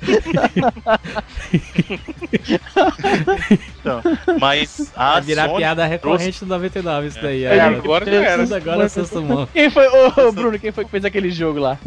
Então, mas a vai virar Sony piada recorrente do 99 isso daí. Agora já era. Agora é Santos Dumont. Quem foi, Bruno, quem foi que fez aquele jogo lá?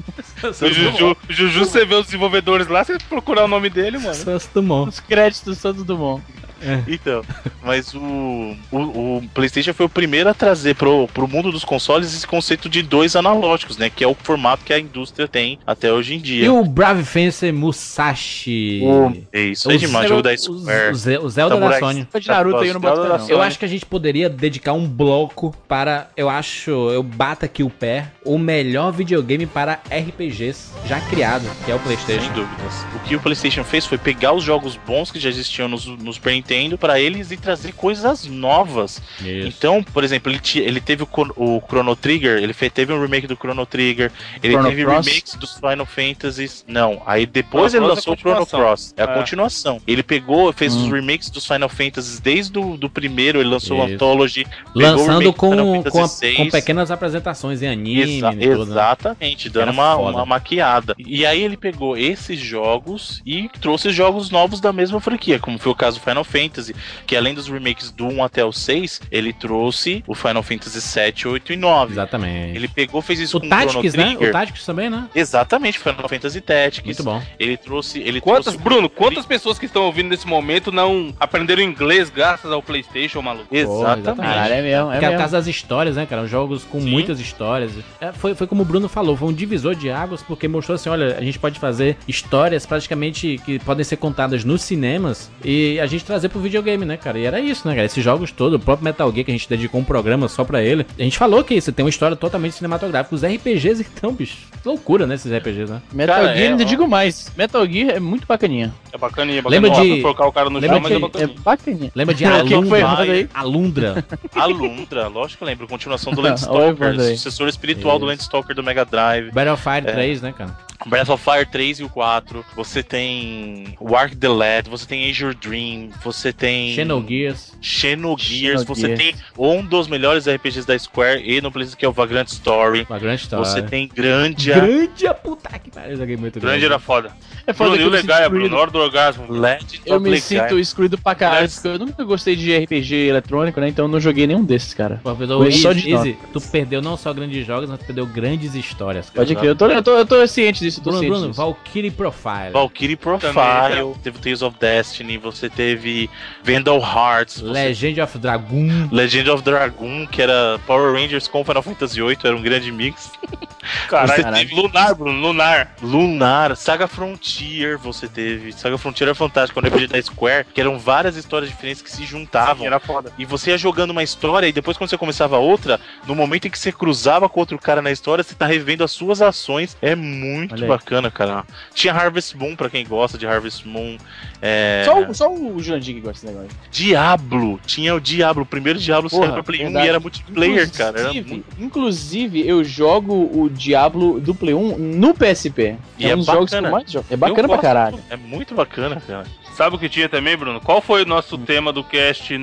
O Juju, você vê os desenvolvedores lá, você procurar o nome dele, mano. Santos Dumont. Os créditos do Santos Dumont. Então, mas o PlayStation foi o primeiro a trazer pro mundo dos consoles esse conceito de 2 analógicos, né? Que é o formato que a indústria tem até hoje em dia. E o Brave Fencer Musashi. É isso aí demais, jogo da Square. O Zelda da Sony. De Naruto aí eu não boto não. Eu acho que a gente poderia dedicar um bloco para, eu bato aqui o pé, o melhor videogame para RPGs já criado, que é o PlayStation. Sem dúvidas. O que o PlayStation fez foi pegar os jogos bons que já existiam no Super Nintendo para eles e trazer coisas novas. Isso. Então, por exemplo, ele teve o Chrono Trigger, ele teve um remake do Chrono Trigger, ele teve remakes dos Final Fantasies. Não, aí depois ele lançou o Chrono Cross. É a continuação. Ele fez os remakes dos Final Fantasies desde do primeiro, ele lançou o Anthology. Lançando com pequenas apresentações em anime. Exatamente, dando uma maquiada. E aí ele pegou esses jogos e trouxe jogos novos da mesma franquia, como foi o caso do Final Fantasy, que além dos remakes do 1 até o 6, ele trouxe o Final Fantasy 7, 8 e 9. Exatamente. Ele fez isso com o Tactics, né? O Tactics também, né? Exatamente, Final Fantasy Tactics. Muito bom. Ele trouxe... Bruno, quantas pessoas que estão ouvindo nesse momento não aprenderam inglês graças ao PlayStation, maluco? Exatamente. Cara, é mesmo. Porque é por causa das histórias, né, cara? Jogos com muitas histórias. Foi como o Bruno falou, foi um divisor de águas, porque mostrou assim, olha, a gente pode fazer histórias praticamente que podem ser contadas nos cinemas e a gente trazer pro videogame, né, cara? E era isso, né, cara? Esses jogos todos, o próprio Metal Gear, que a gente dedicou um programa só pra ele, a gente falou que isso tem uma história totalmente cinematográfica. Os RPGs, então, bicho, loucura, né, esses RPGs, né? Metal Gear, ainda digo mais, Metal Gear é muito bacaninha. É bacaninha. Lembra de... colocar o cara no chão, mas é bacaninha. É bacaninha. Lembra de Alundra? Alundra, lógico que eu lembro. Continuação do Landstalker, sucessor espiritual do Landstalker do Mega Drive. Battlefield 3, né, cara? Breath of Fire 3 e o 4, você tem Ark the Lad, você tem Azure Dream, você tem Xenogears, você tem um dos melhores RPGs da Square e no PlayStation, que é o Vagrant Story. Você tem Grandia, puta que pariu, joguei muito. Grandia era foda. É foda. Bruno, que legal, Bruno, hora do orgasmo. Eu me sinto excluído pra caralho, porque eu nunca gostei de RPG eletrônico, né, então eu não joguei nenhum desses, cara. Easy, tu perdeu não só grandes jogos, mas tu perdeu grandes histórias, cara. Pode crer, eu tô ciente disso. disso, eu tô ciente Bruno, disso. Valkyrie Profile. Valkyrie Profile, Também, teve Tales of Destiny, você teve Vandal Hearts, Legend of Dragoon. Legend of Dragoon, que era Power Rangers com Final Fantasy VIII, era um grande mix. Caralho, Caralho. teve Lunar, Bruno, Lunar. Lunar, Saga Frontier, você teve. Saga Frontier era fantástico, quando RPG da Square, que eram várias histórias diferentes que se juntavam. Era foda. E você ia jogando uma história e depois quando você começava outra, no momento em que você cruzava com outro cara na história, você tá revendo as suas ações. É muito Olha aí. bacana, cara. Tinha Harvest Moon, pra quem gosta de Harvest Moon. Só o Jurandir que gosta desse negócio. Diablo. Tinha o Diablo. O primeiro Diablo saiu Porra, pra Play 1 verdade. e era multiplayer, cara. Era muito... Inclusive, eu jogo o Diablo do Play 1 no PSP. E É é um dos jogos que eu bacana. mais jogo. É bacana Eu pra gosto. caralho. É muito bacana, cara. Sabe o que tinha também, Bruno? Qual foi o nosso tema do cast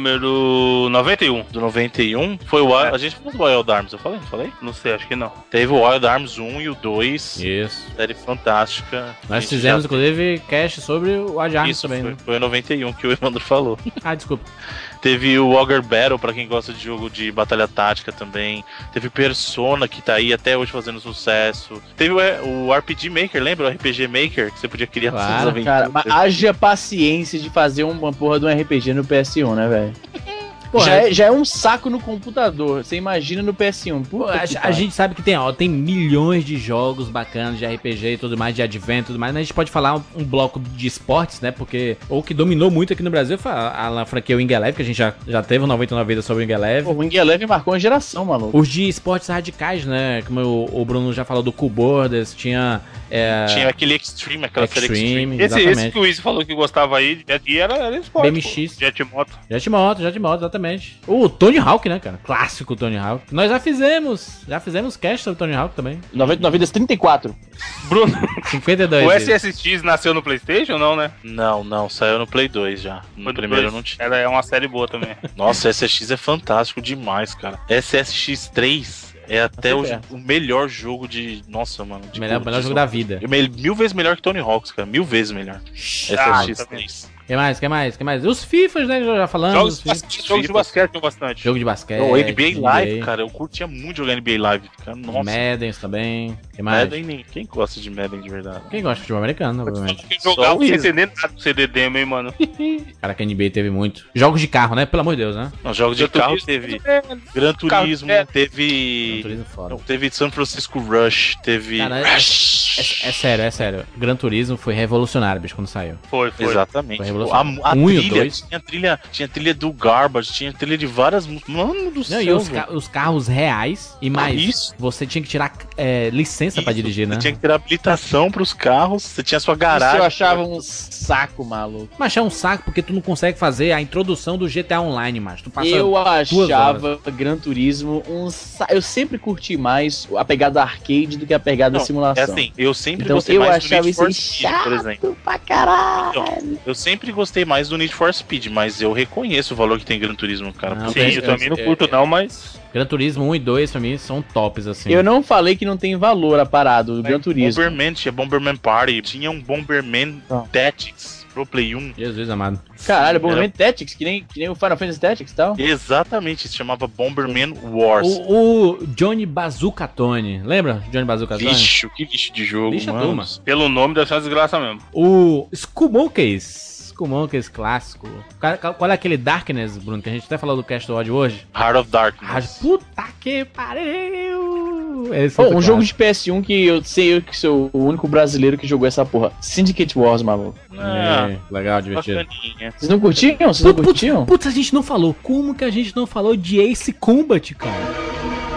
número 91? Do 91 foi o Wild... A gente falou do Wild Arms, eu falei? Não falei? Não sei, acho que não. Teve o Wild Arms 1 e o 2. Isso. Série fantástica. A Nós gente fizemos, já- inclusive, cast sobre o Ajarm Isso, também, foi, né? foi o 91 que o Evandro falou. Ah, desculpa. Teve o Ogre Battle, pra quem gosta de jogo de batalha tática também. Teve Persona, que tá aí até hoje fazendo sucesso. Teve o RPG Maker, lembra? O RPG Maker, que você podia criar Claro, suas aventuras. Cara, mas haja paciência de fazer uma porra de um RPG no PS1, né, velho? Porra, Já é um saco no computador. Você imagina no PS1. Pô, Puta que a pariu. gente sabe que tem milhões de jogos bacanas de RPG e tudo mais, de Advent e tudo mais, mas a gente pode falar um bloco de esportes, né? Porque o que dominou muito aqui no Brasil foi a franquia Wing Eleven, que a gente já teve um 99 vidas sobre o Wing Eleven. Pô, o Wing Eleven marcou uma geração, maluco. Os de esportes radicais, né? Como o Bruno já falou do Cool Borders, tinha... Tinha aquele Extreme, aquela série Extreme. Esse que o Izzy falou que gostava aí, e era esporte. BMX. Pô. Jetmoto. Jetmoto, exatamente. O Tony Hawk, né, cara? Clássico Tony Hawk. Nós já fizemos cast sobre Tony Hawk também. 99 vidas 34. Bruno, 52 o vezes. SSX nasceu no PlayStation, não, né? Não, saiu no Play 2 já. No Foi do primeiro 2. não tinha. Ela é uma série boa também. Nossa, SSX é fantástico demais, cara. SSX 3 é até Tá hoje certo. o melhor jogo de... Nossa, mano. De Melhor jogo da vida. Mil vezes melhor que Tony Hawks, cara. 1000 vezes melhor. SSX também. 3. Que mais? Os FIFAs, né? Já falamos. Jogos de basquete tem bastante. Jogo de basquete. O NBA Live, cara. Eu curtia muito jogar NBA Live. Cara. Nossa. Maddens também. Que mais? Madden, quem gosta de Madden de verdade? Quem gosta de futebol americano, obviamente. Tem que jogar Só sem isso. entender nada do CD demo, hein, mano. Cara, que a NBA teve muito. Jogos de carro, né? Pelo amor de Deus, né? Não, jogos de Gran carro Turismo. teve Gran Turismo, Carro- teve... Turismo foda. Não, teve San Francisco Rush, teve... Cara, Rush. É sério. Gran Turismo foi revolucionário, bicho, quando saiu. Foi. Exatamente. Foi revolucionário. A Um e o trilha, dois. tinha trilha do Garbage, tinha trilha de várias músicas. Mano do Não, céu, e os, velho. os carros reais e mais. Isso. Você tinha que tirar licença pra Isso, dirigir, né? Você tinha que ter habilitação pros carros, você tinha sua Isso garagem. eu achava um saco, maluco. Mas é um saco porque tu não consegue fazer a introdução do GTA Online, mas tu passa Eu 2 achava Gran Turismo eu sempre curti mais a pegada arcade do que a pegada Não, simulação. É assim, eu sempre Então gostei eu mais do achava Need isso for aí Speed, por exemplo. chato pra caralho. Então, eu sempre gostei mais do Need for Speed, mas eu reconheço o valor que tem Gran Turismo, cara. Não, Porque Sim, tem- eu também não curto não, mas... Gran Turismo 1 e 2 pra mim são tops, assim. Eu não falei que não tem valor a parada do Gran Turismo. Bomberman, tinha Bomberman Party, tinha um Bomberman Não. Tactics pro Play 1. Jesus amado. Caralho, Bomberman Tactics, que nem o Final Fantasy Tactics e tal. Exatamente, se chamava Bomberman Wars. O Johnny Bazooka Tony. Lembra? Johnny Bazooka Tony? Lixo, que lixo de jogo, Lixa, mano. turma. Pelo nome deve ser uma desgraça mesmo. O Skullmonkeys. Skullmonkeys clássico. Qual é aquele Darkness, Bruno? Que a gente até falou do Cast do Odd hoje. Heart of Darkness. Puta que pariu! Esse Pô, é muito um jogo clássico. de PS1 que eu sei que sou o único brasileiro que jogou essa porra. Syndicate Wars, maluco. Ah, Legal, divertido. bacaninha. Vocês não curtiam? Vocês não curtiam? Putz, a gente não falou. Como que a gente não falou de Ace Combat, cara?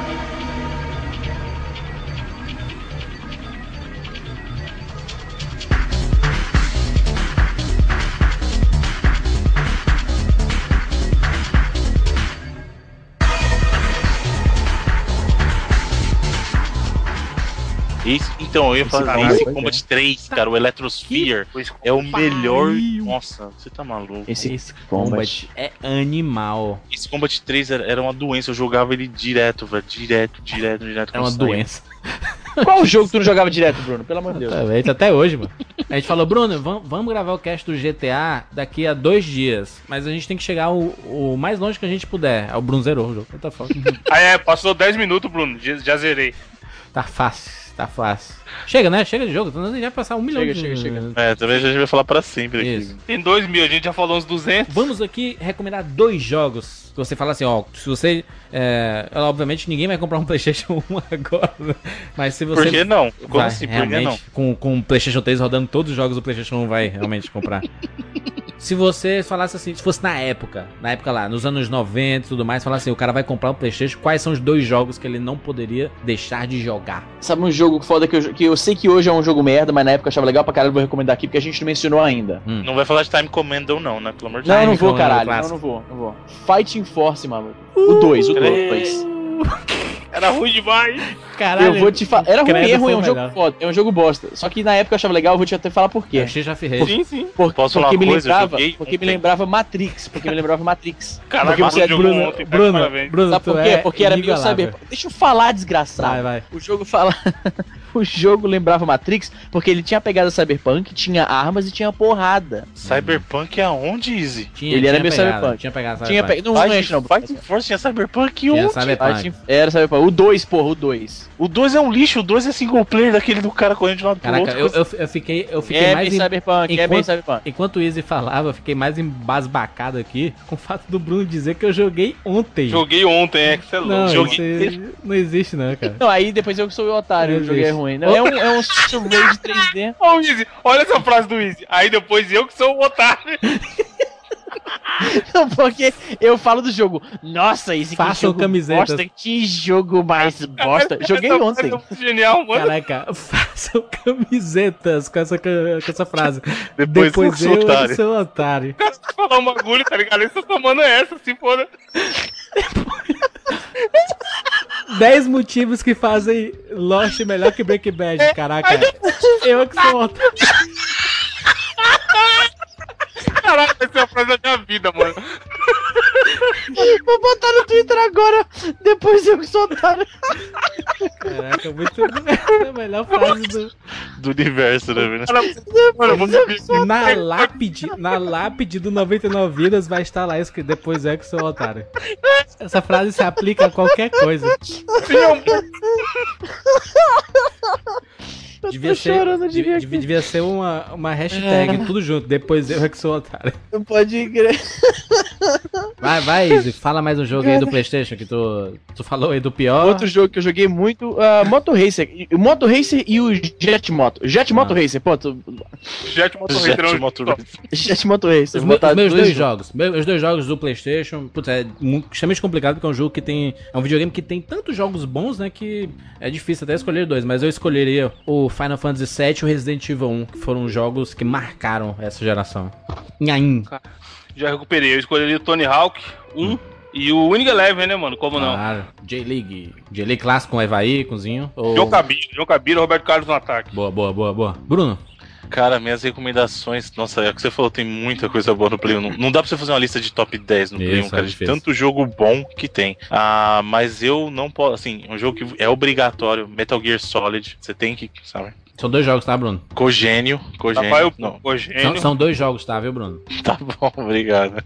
Então, eu ia fazer caralho, Ace pois Combat 3, cara, o Electrosphere. É o melhor. Nossa, você tá maluco. Esse Combat é animal. Esse Combat 3 era uma doença, eu jogava ele direto, velho. Direto. É uma doença. Qual jogo que tu não jogava direto, Bruno? Pelo amor de Deus. Exatamente, até hoje, mano. A gente falou, Bruno, vamos gravar o cast do GTA daqui a 2 dias. Mas a gente tem que chegar o mais longe que a gente puder. O Bruno zerou o jogo. Tá fácil. Passou 10 minutos, Bruno, já zerei. Tá fácil. Tá fácil. Chega, né? Chega de jogo. Então já vai passar 1 milhão de... Chega. Também a gente vai falar pra sempre aqui. Isso. Tem 2.000, a gente já falou uns 200. Vamos aqui recomendar 2 jogos. Você fala assim, ó, se você... obviamente ninguém vai comprar um PlayStation 1 agora, né? Mas se você... Por que não? Como vai, assim? Por que não? Com o PlayStation 3 rodando todos os jogos do PlayStation 1 vai realmente comprar. Se você falasse assim, se fosse na época lá, nos anos 90 e tudo mais, falasse assim, o cara vai comprar um PlayStation, quais são os 2 jogos que ele não poderia deixar de jogar? Sabe um jogo foda que eu sei que hoje é um jogo merda, mas na época eu achava legal pra caralho, vou recomendar aqui porque a gente não mencionou ainda. Não vai falar de Time Commando não, né? Pelo amor de Deus. Não vou, Commando caralho. Não vou. Fighting Force, mano. O 2. Era ruim demais. Caralho. Eu vou te falar. Era ruim, Credo, é ruim, é um foi jogo melhor. foda. É um jogo bosta. Só que na época eu achava legal, eu vou te até falar por quê. Eu já ferrei. Sim. Posso falar uma coisa? Eu joguei Porque me ontem. lembrava Matrix. Caralho, Porque você você jogou ontem, cara, Bruno, parabéns. Sabe por quê? Porque era meio Cyberpunk. Deixa eu falar, desgraçado. Vai. O jogo fala. O jogo lembrava Matrix porque ele tinha a pegada Cyberpunk, tinha armas e tinha porrada. Cyberpunk aonde, Easy? Ele era meio pegado, Cyberpunk. Tinha pegado Tinha Cyberpunk. não enche não. Fighting Force tinha Cyberpunk Tinha ontem. Cyberpunk. Era Cyberpunk. O 2, porra, o 2. O 2 é um lixo, o 2 é single player daquele do cara correndo de um lado pro Caraca, outro. eu fiquei É mais bem Cyberpunk, é bem Cyberpunk. Enquanto o Easy falava, eu fiquei mais embasbacado aqui com o fato do Bruno dizer que eu joguei ontem. Joguei ontem, que você é Não, louco. não existe não, cara. Não, aí depois eu que sou o otário, Não o jogo é existe. ruim. Não, é um Street Rage 3D. Ó, o Easy, olha essa frase do Easy. Aí depois eu que sou o otário. Não, porque eu falo do jogo. Nossa, esse que Façam jogo camisetas. bosta, que jogo mais bosta. Joguei Essa ontem. frase é genial, mano. Caraca, façam camisetas com essa frase. Depois eu que sou eu otário. que sou otário. O cara tá falando um bagulho, tá ligado? Essa semana é essa, se for. 10 motivos que fazem Lost melhor que Breaking Bad. Caraca, eu que sou otário. Caralho, essa é a frase da minha vida, mano. Vou botar no Twitter agora. Depois eu que sou otário. Caraca, muito a melhor frase Do universo, né, velho? Mano, eu vou subir. na lápide do 99 vidas vai estar lá escrito depois é que sou otário. Essa frase se aplica a qualquer coisa. Devia ser uma hashtag, tudo junto, depois eu é que sou otário. Não pode crer. Vai, Izzy, fala mais um jogo aí do PlayStation que tu falou aí do pior. Outro jogo que eu joguei muito, Moto Racer. O Moto Racer e o Jet Moto. Jet Moto Racer, pô. Jet Motor Racer. Jet Moto Racer. Os meus dois jogos. Meus 2 jogos do PlayStation, putz, é extremamente complicado porque é um jogo que tem. É um videogame que tem tantos jogos bons, né? Que é difícil até escolher 2, mas eu escolheria o Final Fantasy VII e o Resident Evil 1, que foram jogos que marcaram essa geração. Nhaim. Já recuperei. Eu escolheria o Tony Hawk 1 e o Winning Eleven, né, mano? Como não? Claro. J-League clássico com Evaí, cozinho. João Cabira, Roberto Carlos no ataque. Boa. Bruno? Cara, minhas recomendações... Nossa, é o que você falou, tem muita coisa boa no Play 1. Não dá pra você fazer uma lista de top 10 no Play 1, cara, de tanto jogo bom que tem. Mas eu não posso... Assim, um jogo que é obrigatório, Metal Gear Solid, você tem que, sabe? São 2 jogos, tá, Bruno? Cogênio. Não. São 2 jogos, tá, viu, Bruno? Tá bom, obrigado.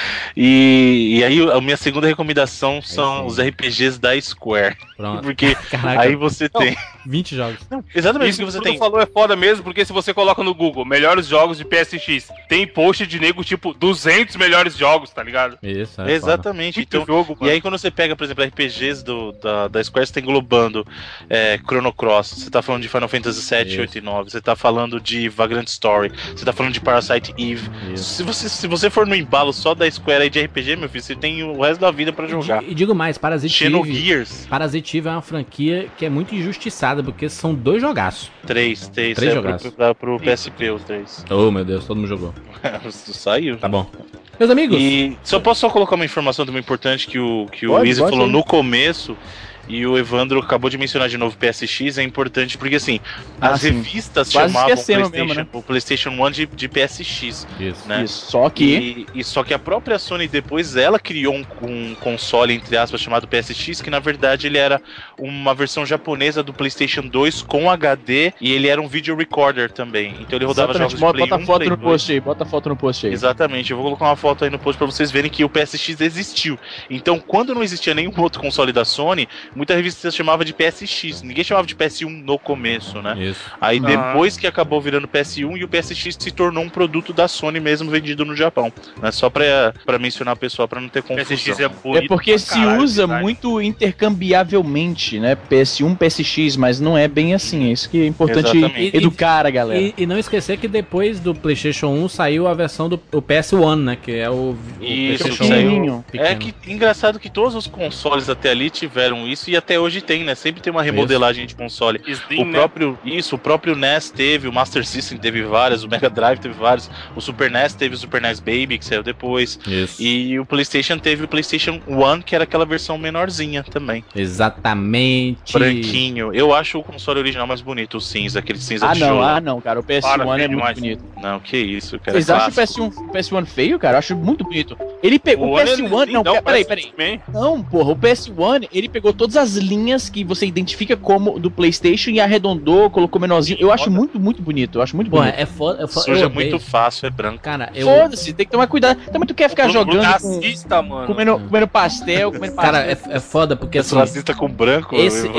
E aí, a minha segunda recomendação são os RPGs da Square. Pronto. Porque Caraca. aí você tem... 20 jogos. Exatamente Isso o que você que o tem. Bruno falou é foda mesmo, porque se você coloca no Google melhores jogos de PSX, tem post de nego tipo 200 melhores jogos, tá ligado? Isso, exatamente. Muito Então, jogo, mano. e aí quando você pega, por exemplo, RPGs da Square, você tá englobando Chrono Cross, você tá falando de Final Fantasy 7, 8 e 9, você tá falando de Vagrant Story, você tá falando de Parasite Eve. Se você for no embalo só da Square aí de RPG, meu filho, você tem o resto da vida pra jogar. E digo mais, Parasite Eve Xenogears. É uma franquia que é muito injustiçada, porque são 2 jogaços. 3 jogaços. pro PSP, os 3. Oh, meu Deus, todo mundo jogou. Saiu. Tá bom. Meus amigos. E posso colocar uma informação também importante que o Easy falou aí. no começo. E o Evandro acabou de mencionar de novo PSX, é importante porque assim, as revistas chamavam o PlayStation 1 de PSX. Isso. Né? Isso. Só que... Só que a própria Sony depois ela criou um console, entre aspas, chamado PSX, que na verdade ele era uma versão japonesa do PlayStation 2 com HD e ele era um video recorder também. Então ele rodava jogos de Play 1, bota foto Play no 2. post aí, bota foto no post aí. Exatamente, eu vou colocar uma foto aí no post pra vocês verem que o PSX existiu. Então quando não existia nenhum outro console da Sony, muita revista chamava de PSX. Ninguém chamava de PS1 no começo, né? Isso. Aí depois que acabou virando PS1 e o PSX se tornou um produto da Sony mesmo vendido no Japão. Né? Só pra mencionar o pessoal, pra não ter confusão. PSX é bonito. É porque se usa muito intercambiavelmente, né? PS1, PSX, mas não é bem assim. É isso que é importante educar a galera. E não esquecer que depois do PlayStation 1 saiu a versão do PlayStation 1, né? Que é o PlayStation 1 É que engraçado que todos os consoles até ali tiveram isso e até hoje tem, né? Sempre tem uma remodelagem de console. O próprio NES teve, o Master System teve várias, o Mega Drive teve vários, o Super NES teve o Super NES Baby, que saiu depois. Isso. E o PlayStation teve o PlayStation 1, que era aquela versão menorzinha também. Exatamente. Branquinho. Eu acho o console original mais bonito, o cinza, aquele cinza de show. Não, cara, o PS1 é muito bonito. Não, que isso, cara. Vocês acham o PS1 feio, cara? Eu acho muito bonito. Ele pegou o PS1, não, peraí. Não, porra, o PS1, ele pegou todas as linhas que você identifica como do PlayStation e arredondou, colocou menorzinho. Eu acho muito, muito bonito. Eu acho muito bonito. É foda. Suja muito fácil, é branco. Cara, Foda-se, tem que tomar cuidado. Também tu quer ficar jogando comendo pastel, Cara, é foda porque assim... racista com branco.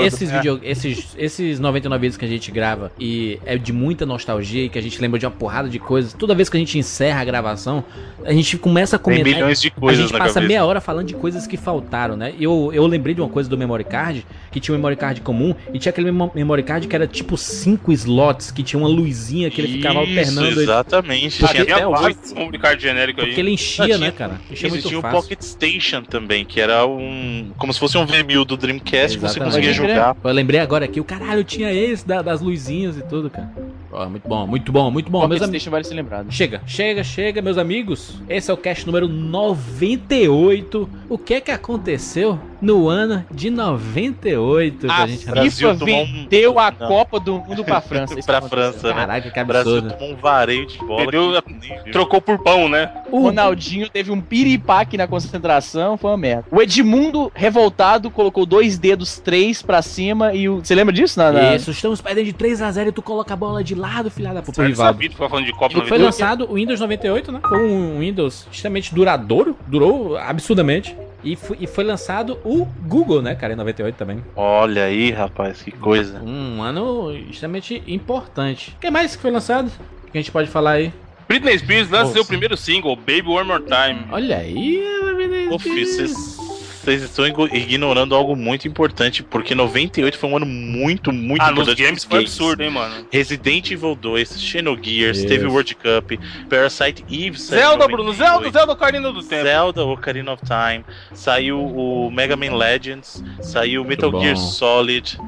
Esses 99 vídeos que a gente grava e é de muita nostalgia e que a gente lembra de uma porrada de coisas. Toda vez que a gente encerra a gravação, a gente começa a comentar. Tem milhões de coisas a gente passa meia hora falando de coisas que faltaram, né? Eu lembrei de uma coisa do memory card, que tinha um memory card comum e tinha aquele memory card que era tipo 5 slots, que tinha uma luzinha que ele ficava alternando. Exatamente. Tinha até vários memory card genérico aí. Porque ele enchia, né, cara? Enchia muito tinha fácil. o Pocket Station também, que era como se fosse um V1000 do Dreamcast, que você conseguia jogar. Eu lembrei agora aqui, o caralho tinha esse das luzinhas e tudo, cara. Muito bom. Pocket Station vale ser lembrado. Chega, meus amigos. Esse é o cast número 98. O que é que aconteceu no ano de 98? A FIFA vendeu a Copa do Mundo pra França. Pra França, né? Caraca, que O Brasil absurdo. tomou um vareio de bola. Trocou por pão, né? O Ronaldinho teve um piripaque na concentração, foi uma merda. O Edmundo, revoltado, colocou 2 dedos, 3 pra cima e você lembra disso? Isso, estamos perdendo de 3-0 e tu coloca a bola de lado, filha da puta. Falando de Copa Foi lançado o Windows 98, né? Foi um Windows extremamente duradouro, durou absurdamente. E foi lançado o Google, né, cara, em 98 também. Olha aí, rapaz, que coisa. Um ano extremamente importante. O que mais que foi lançado? O que a gente pode falar aí? Britney Spears lança seu primeiro single, Baby One More Time. Olha aí, Britney Spears. Vocês estão ignorando algo muito importante, porque 98 foi um ano muito importante. Nos games foi absurdo, hein, mano. Resident Evil 2, Xenogears, teve World Cup, Parasite Eve, Zelda, Bruno, Zelda Ocarina do Tempo. Zelda Ocarina of Time, saiu o Mega Man Legends, saiu Metal Gear Solid,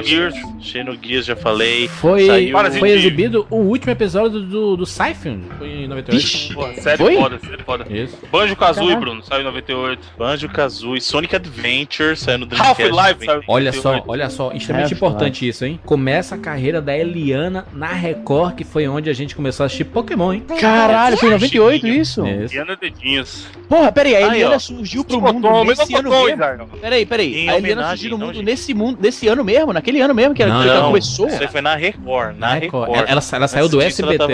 Xenogears, já falei. Foi exibido o último episódio do Siphon, foi em 98. Pô, série foda. Isso. Banjo-Kazooie, Bruno, saiu em 98. Banjo-Kazooie, Sonic Adventure, saiu no Dreamcast. Half-Life, saiu em Olha só, extremamente importante isso, hein? Começa a carreira da Eliana na Record, que foi onde a gente começou a assistir Pokémon, hein? Caralho, foi em 98 isso? Eliana Dedinhos. Porra, peraí, a Eliana surgiu pro mundo nesse ano mesmo. Peraí, a Eliana surgiu no mundo nesse ano mesmo, naquele ano mesmo que ela começou. Isso aí foi na Record, Ela saiu do SBT.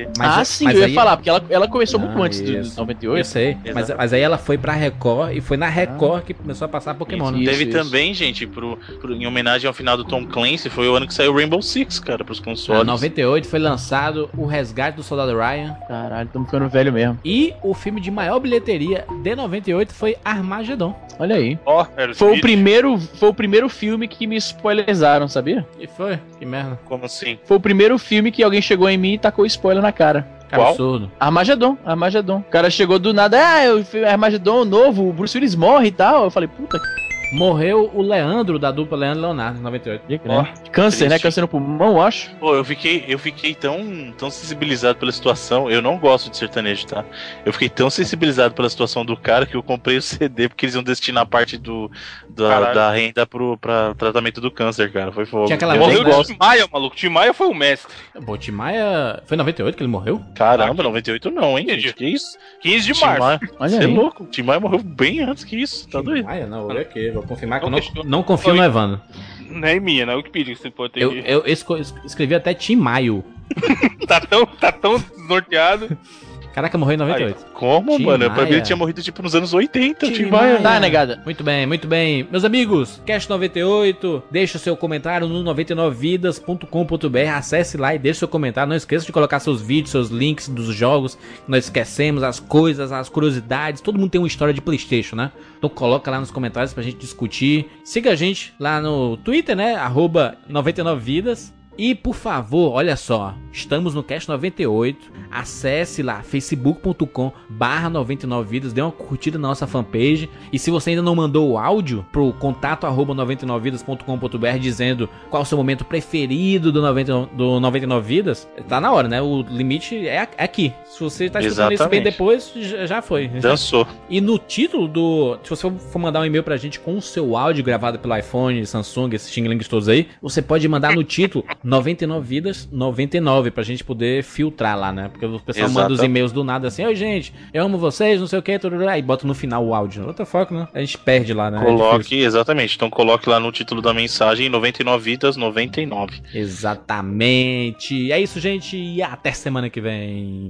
Sim, eu ia falar, porque ela começou muito antes de 98. Eu sei, mas aí ela foi pra Record e foi na Record que começou a passar Pokémon. Teve também, gente, em homenagem ao final do Tom Clancy, foi o ano que saiu Rainbow Six, cara, pros consoles. Em 98 foi lançado O Resgate do Soldado Ryan. Caralho, estamos ficando velho mesmo. E o filme de maior bilheteria de 98 foi Armagedon. Olha aí. Foi o primeiro filme que me spoilerizaram, sabia? E foi? Que merda. Como assim? Foi o primeiro filme que alguém chegou em mim e tacou spoiler na cara. Qual? Absurdo. Armagedon. O cara chegou do nada, o Armagedon novo, o Bruce Willis morre e tal. Eu falei, puta. Morreu o Leandro, da dupla Leandro e Leonardo, em 98. Câncer, triste. né? Câncer no pulmão, eu acho. Pô, eu fiquei tão sensibilizado pela situação. Eu não gosto de sertanejo, tá? Eu fiquei tão sensibilizado pela situação do cara que eu comprei o CD porque eles iam destinar parte da renda pra tratamento do câncer, cara. Foi fogo. Morreu o Tim Maia, maluco. Tim Maia foi o mestre. Pô, o Tim Maia... Foi em 98 que ele morreu? Caramba, 98 não, hein, gente? Que isso? 15 de março. Você é louco. O Tim Maia morreu bem antes que isso. Tá doido? Tim Maia, não, olha aqui. Vou confirmar que eu não confio no Evandro. Não é minha, não é o Wikipedia que você pode ter. Eu escrevi até Tim Maio. tá tão desnorteado. Caraca, morreu em 98. Como, Tim mano? Pra mim Maia. ele tinha morrido tipo nos anos 80. Tim Tim Maia. Maia. Tá, negada. Muito bem, muito bem. Meus amigos, Cast 98, deixa o seu comentário no 99vidas.com.br, acesse lá e deixa o seu comentário. Não esqueça de colocar seus vídeos, seus links dos jogos que nós esquecemos, as coisas, as curiosidades. Todo mundo tem uma história de PlayStation, né? Então coloca lá nos comentários pra gente discutir. Siga a gente lá no Twitter, né? @99vidas. E por favor, olha só, estamos no Cast 98, acesse lá facebook.com/99vidas, dê uma curtida na nossa fanpage, e se você ainda não mandou o áudio pro contato @99vidas.com.br dizendo qual o seu momento preferido do 99 Vidas, tá na hora, né? O limite é aqui. Se você tá escutando isso bem depois, já foi. Dançou. E no título se você for mandar um e-mail pra gente com o seu áudio gravado pelo iPhone, Samsung, esses xing-lings todos aí, você pode mandar no título 99 Vidas 99 pra gente poder filtrar lá, né? Porque o pessoal manda os e-mails do nada assim: oi, gente, eu amo vocês, não sei o que, aí bota no final o áudio. Outra foco, né? A gente perde lá, né? Coloque, exatamente. Então coloque lá no título da mensagem 99 Vidas 99. Exatamente. É isso, gente, e até semana que vem.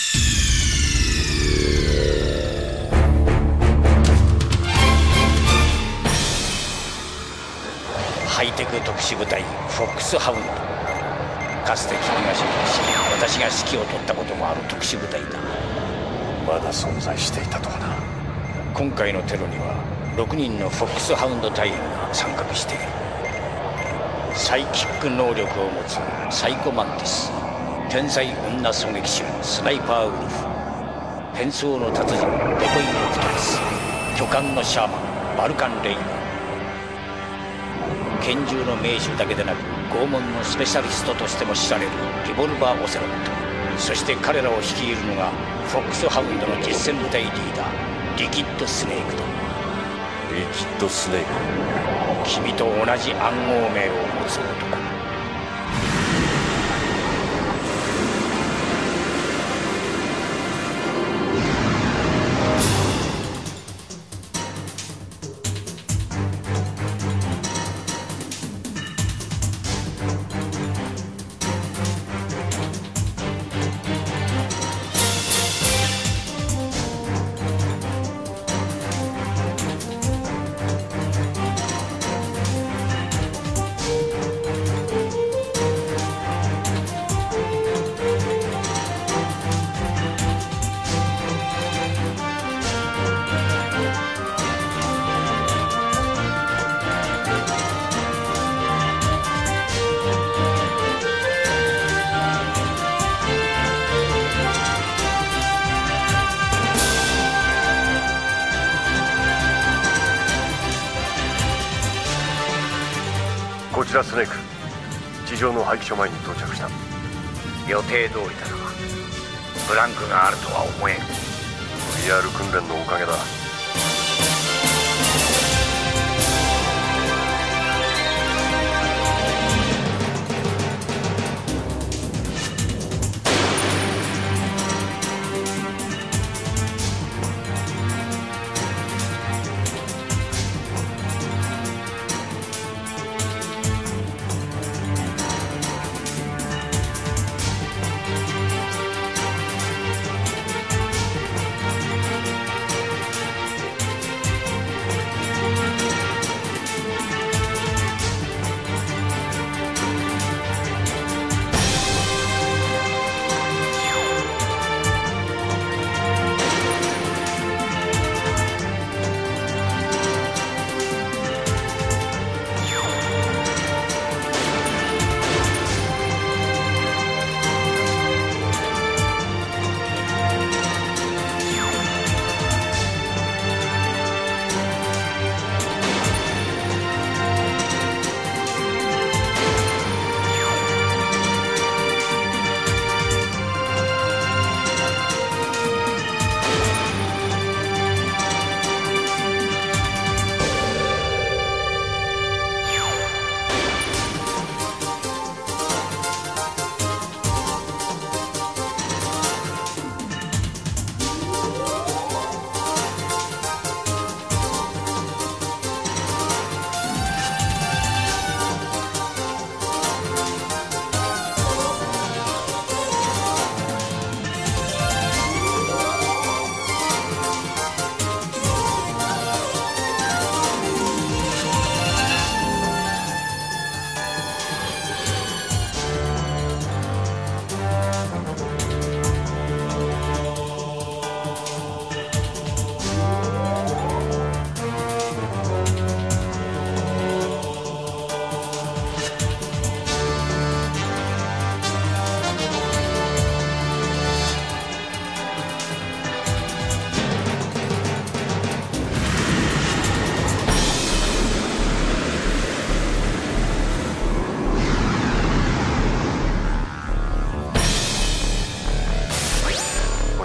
ハイテク特殊部隊フォックスハウンド、かつて君が所属し私が指揮を執ったこともある特殊部隊だ。まだ存在していたとはな。今回のテロには6人のフォックスハウンド隊員が参画している。サイキック能力を持つサイコマンティス、天才女狙撃手スナイパーウルフ、変装の達人デコイン・オクトパス、巨漢のシャーマンバルカン・レイン、拳銃の名手だけでなく拷問のスペシャリストとしても知られるリボルバー・オセロット、そして彼らを率いるのがフォックスハウンドの実戦部隊リーダーリキッド・スネークだ。リキッド・スネーク、君と同じ暗号名を持つ男。 こちらスネーク、地上の廃棄所前に到着した。 予定通りだな。ブランクがあるとは思えん。 VR 訓練のおかげだ。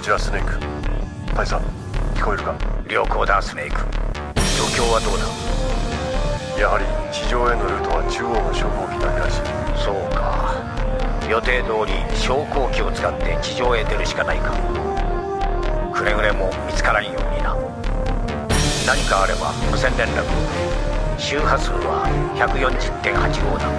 ちらスネーク。大佐、聞こえるか？ 良好だスネーク。状況はどうだ？ やはり地上へのルートは中央の昇降機だけらしい。 そうか。予定通り昇降機を使って地上へ出るしかないか。くれぐれも見つからんようにな。何かあれば無線連絡。周波数は 140.85 だ。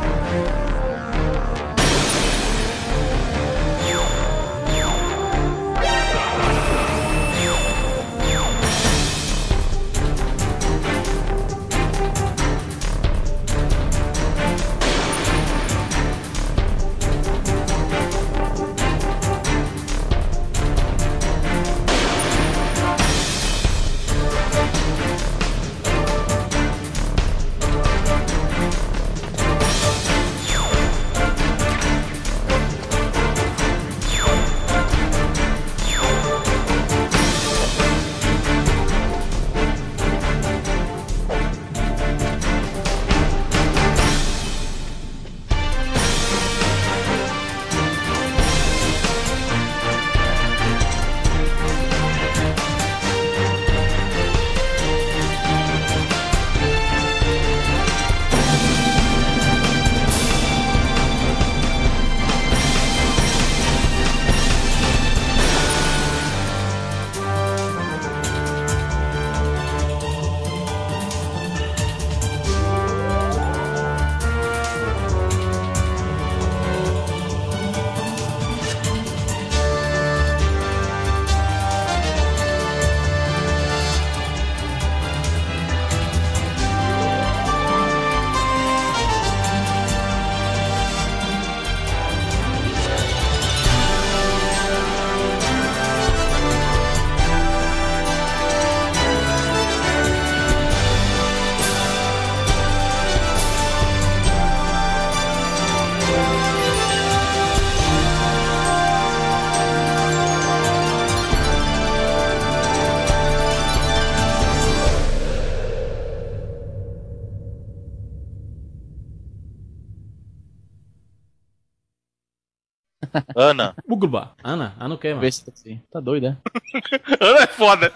Ana. Bugba. Ana o quê, mano? Vê se tá assim. Tá doido, né? Ana é foda.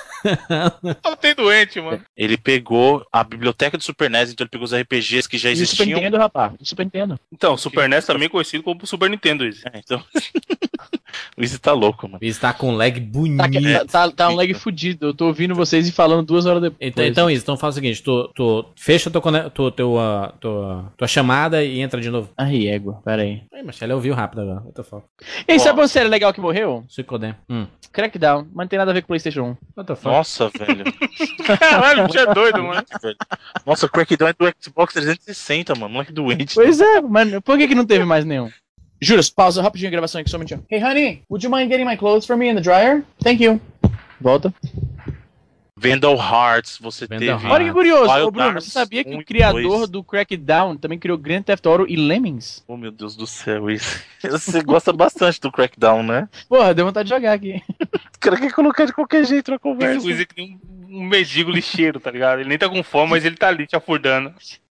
Só tem doente, mano. Ele pegou a biblioteca do Super NES, então ele pegou os RPGs que já E o Super existiam. Nintendo, rapaz. O Super Nintendo. Então, Super NES também conhecido como Super Nintendo, Izzy. Então. O Izzy tá louco, mano. Izzy tá com lag bonito. Tá um lag fudido. Eu tô ouvindo vocês e falando 2 horas depois. Então Izzy, então faz o seguinte, tu fecha tua chamada e entra de novo. Ai, égua, pera aí. Ai, mas ele ouviu rápido agora. What the fuck? E aí, sabe uma série legal que morreu? Suicodem. Crackdown, mas não tem nada a ver com PlayStation 1. What the fuck? Nossa, velho. Caralho, você é doido, mano. Nossa, o Crackdown é do Xbox 360, mano. Moleque doente. Pois é, mano. Por que não teve mais nenhum? Juras, pausa rapidinho a gravação aqui, só um minutinho. Hey, honey, would you mind getting my clothes for me in the dryer? Thank you. Volta. Vandal Hearts, você Vandal teve... Hearts. Olha que curioso, Wild ô Bruno, Arms você sabia que 1 o e criador 2? do Crackdown também criou Grand Theft Auto e Lemmings? Oh, meu Deus do céu, isso. Você gosta bastante do Crackdown, né? Porra, deu vontade de jogar aqui. O cara quer colocar de qualquer jeito na conversa. O Izzy que tem um mendigo lixeiro, tá ligado? Ele nem tá com fome, mas ele tá ali te afurdando.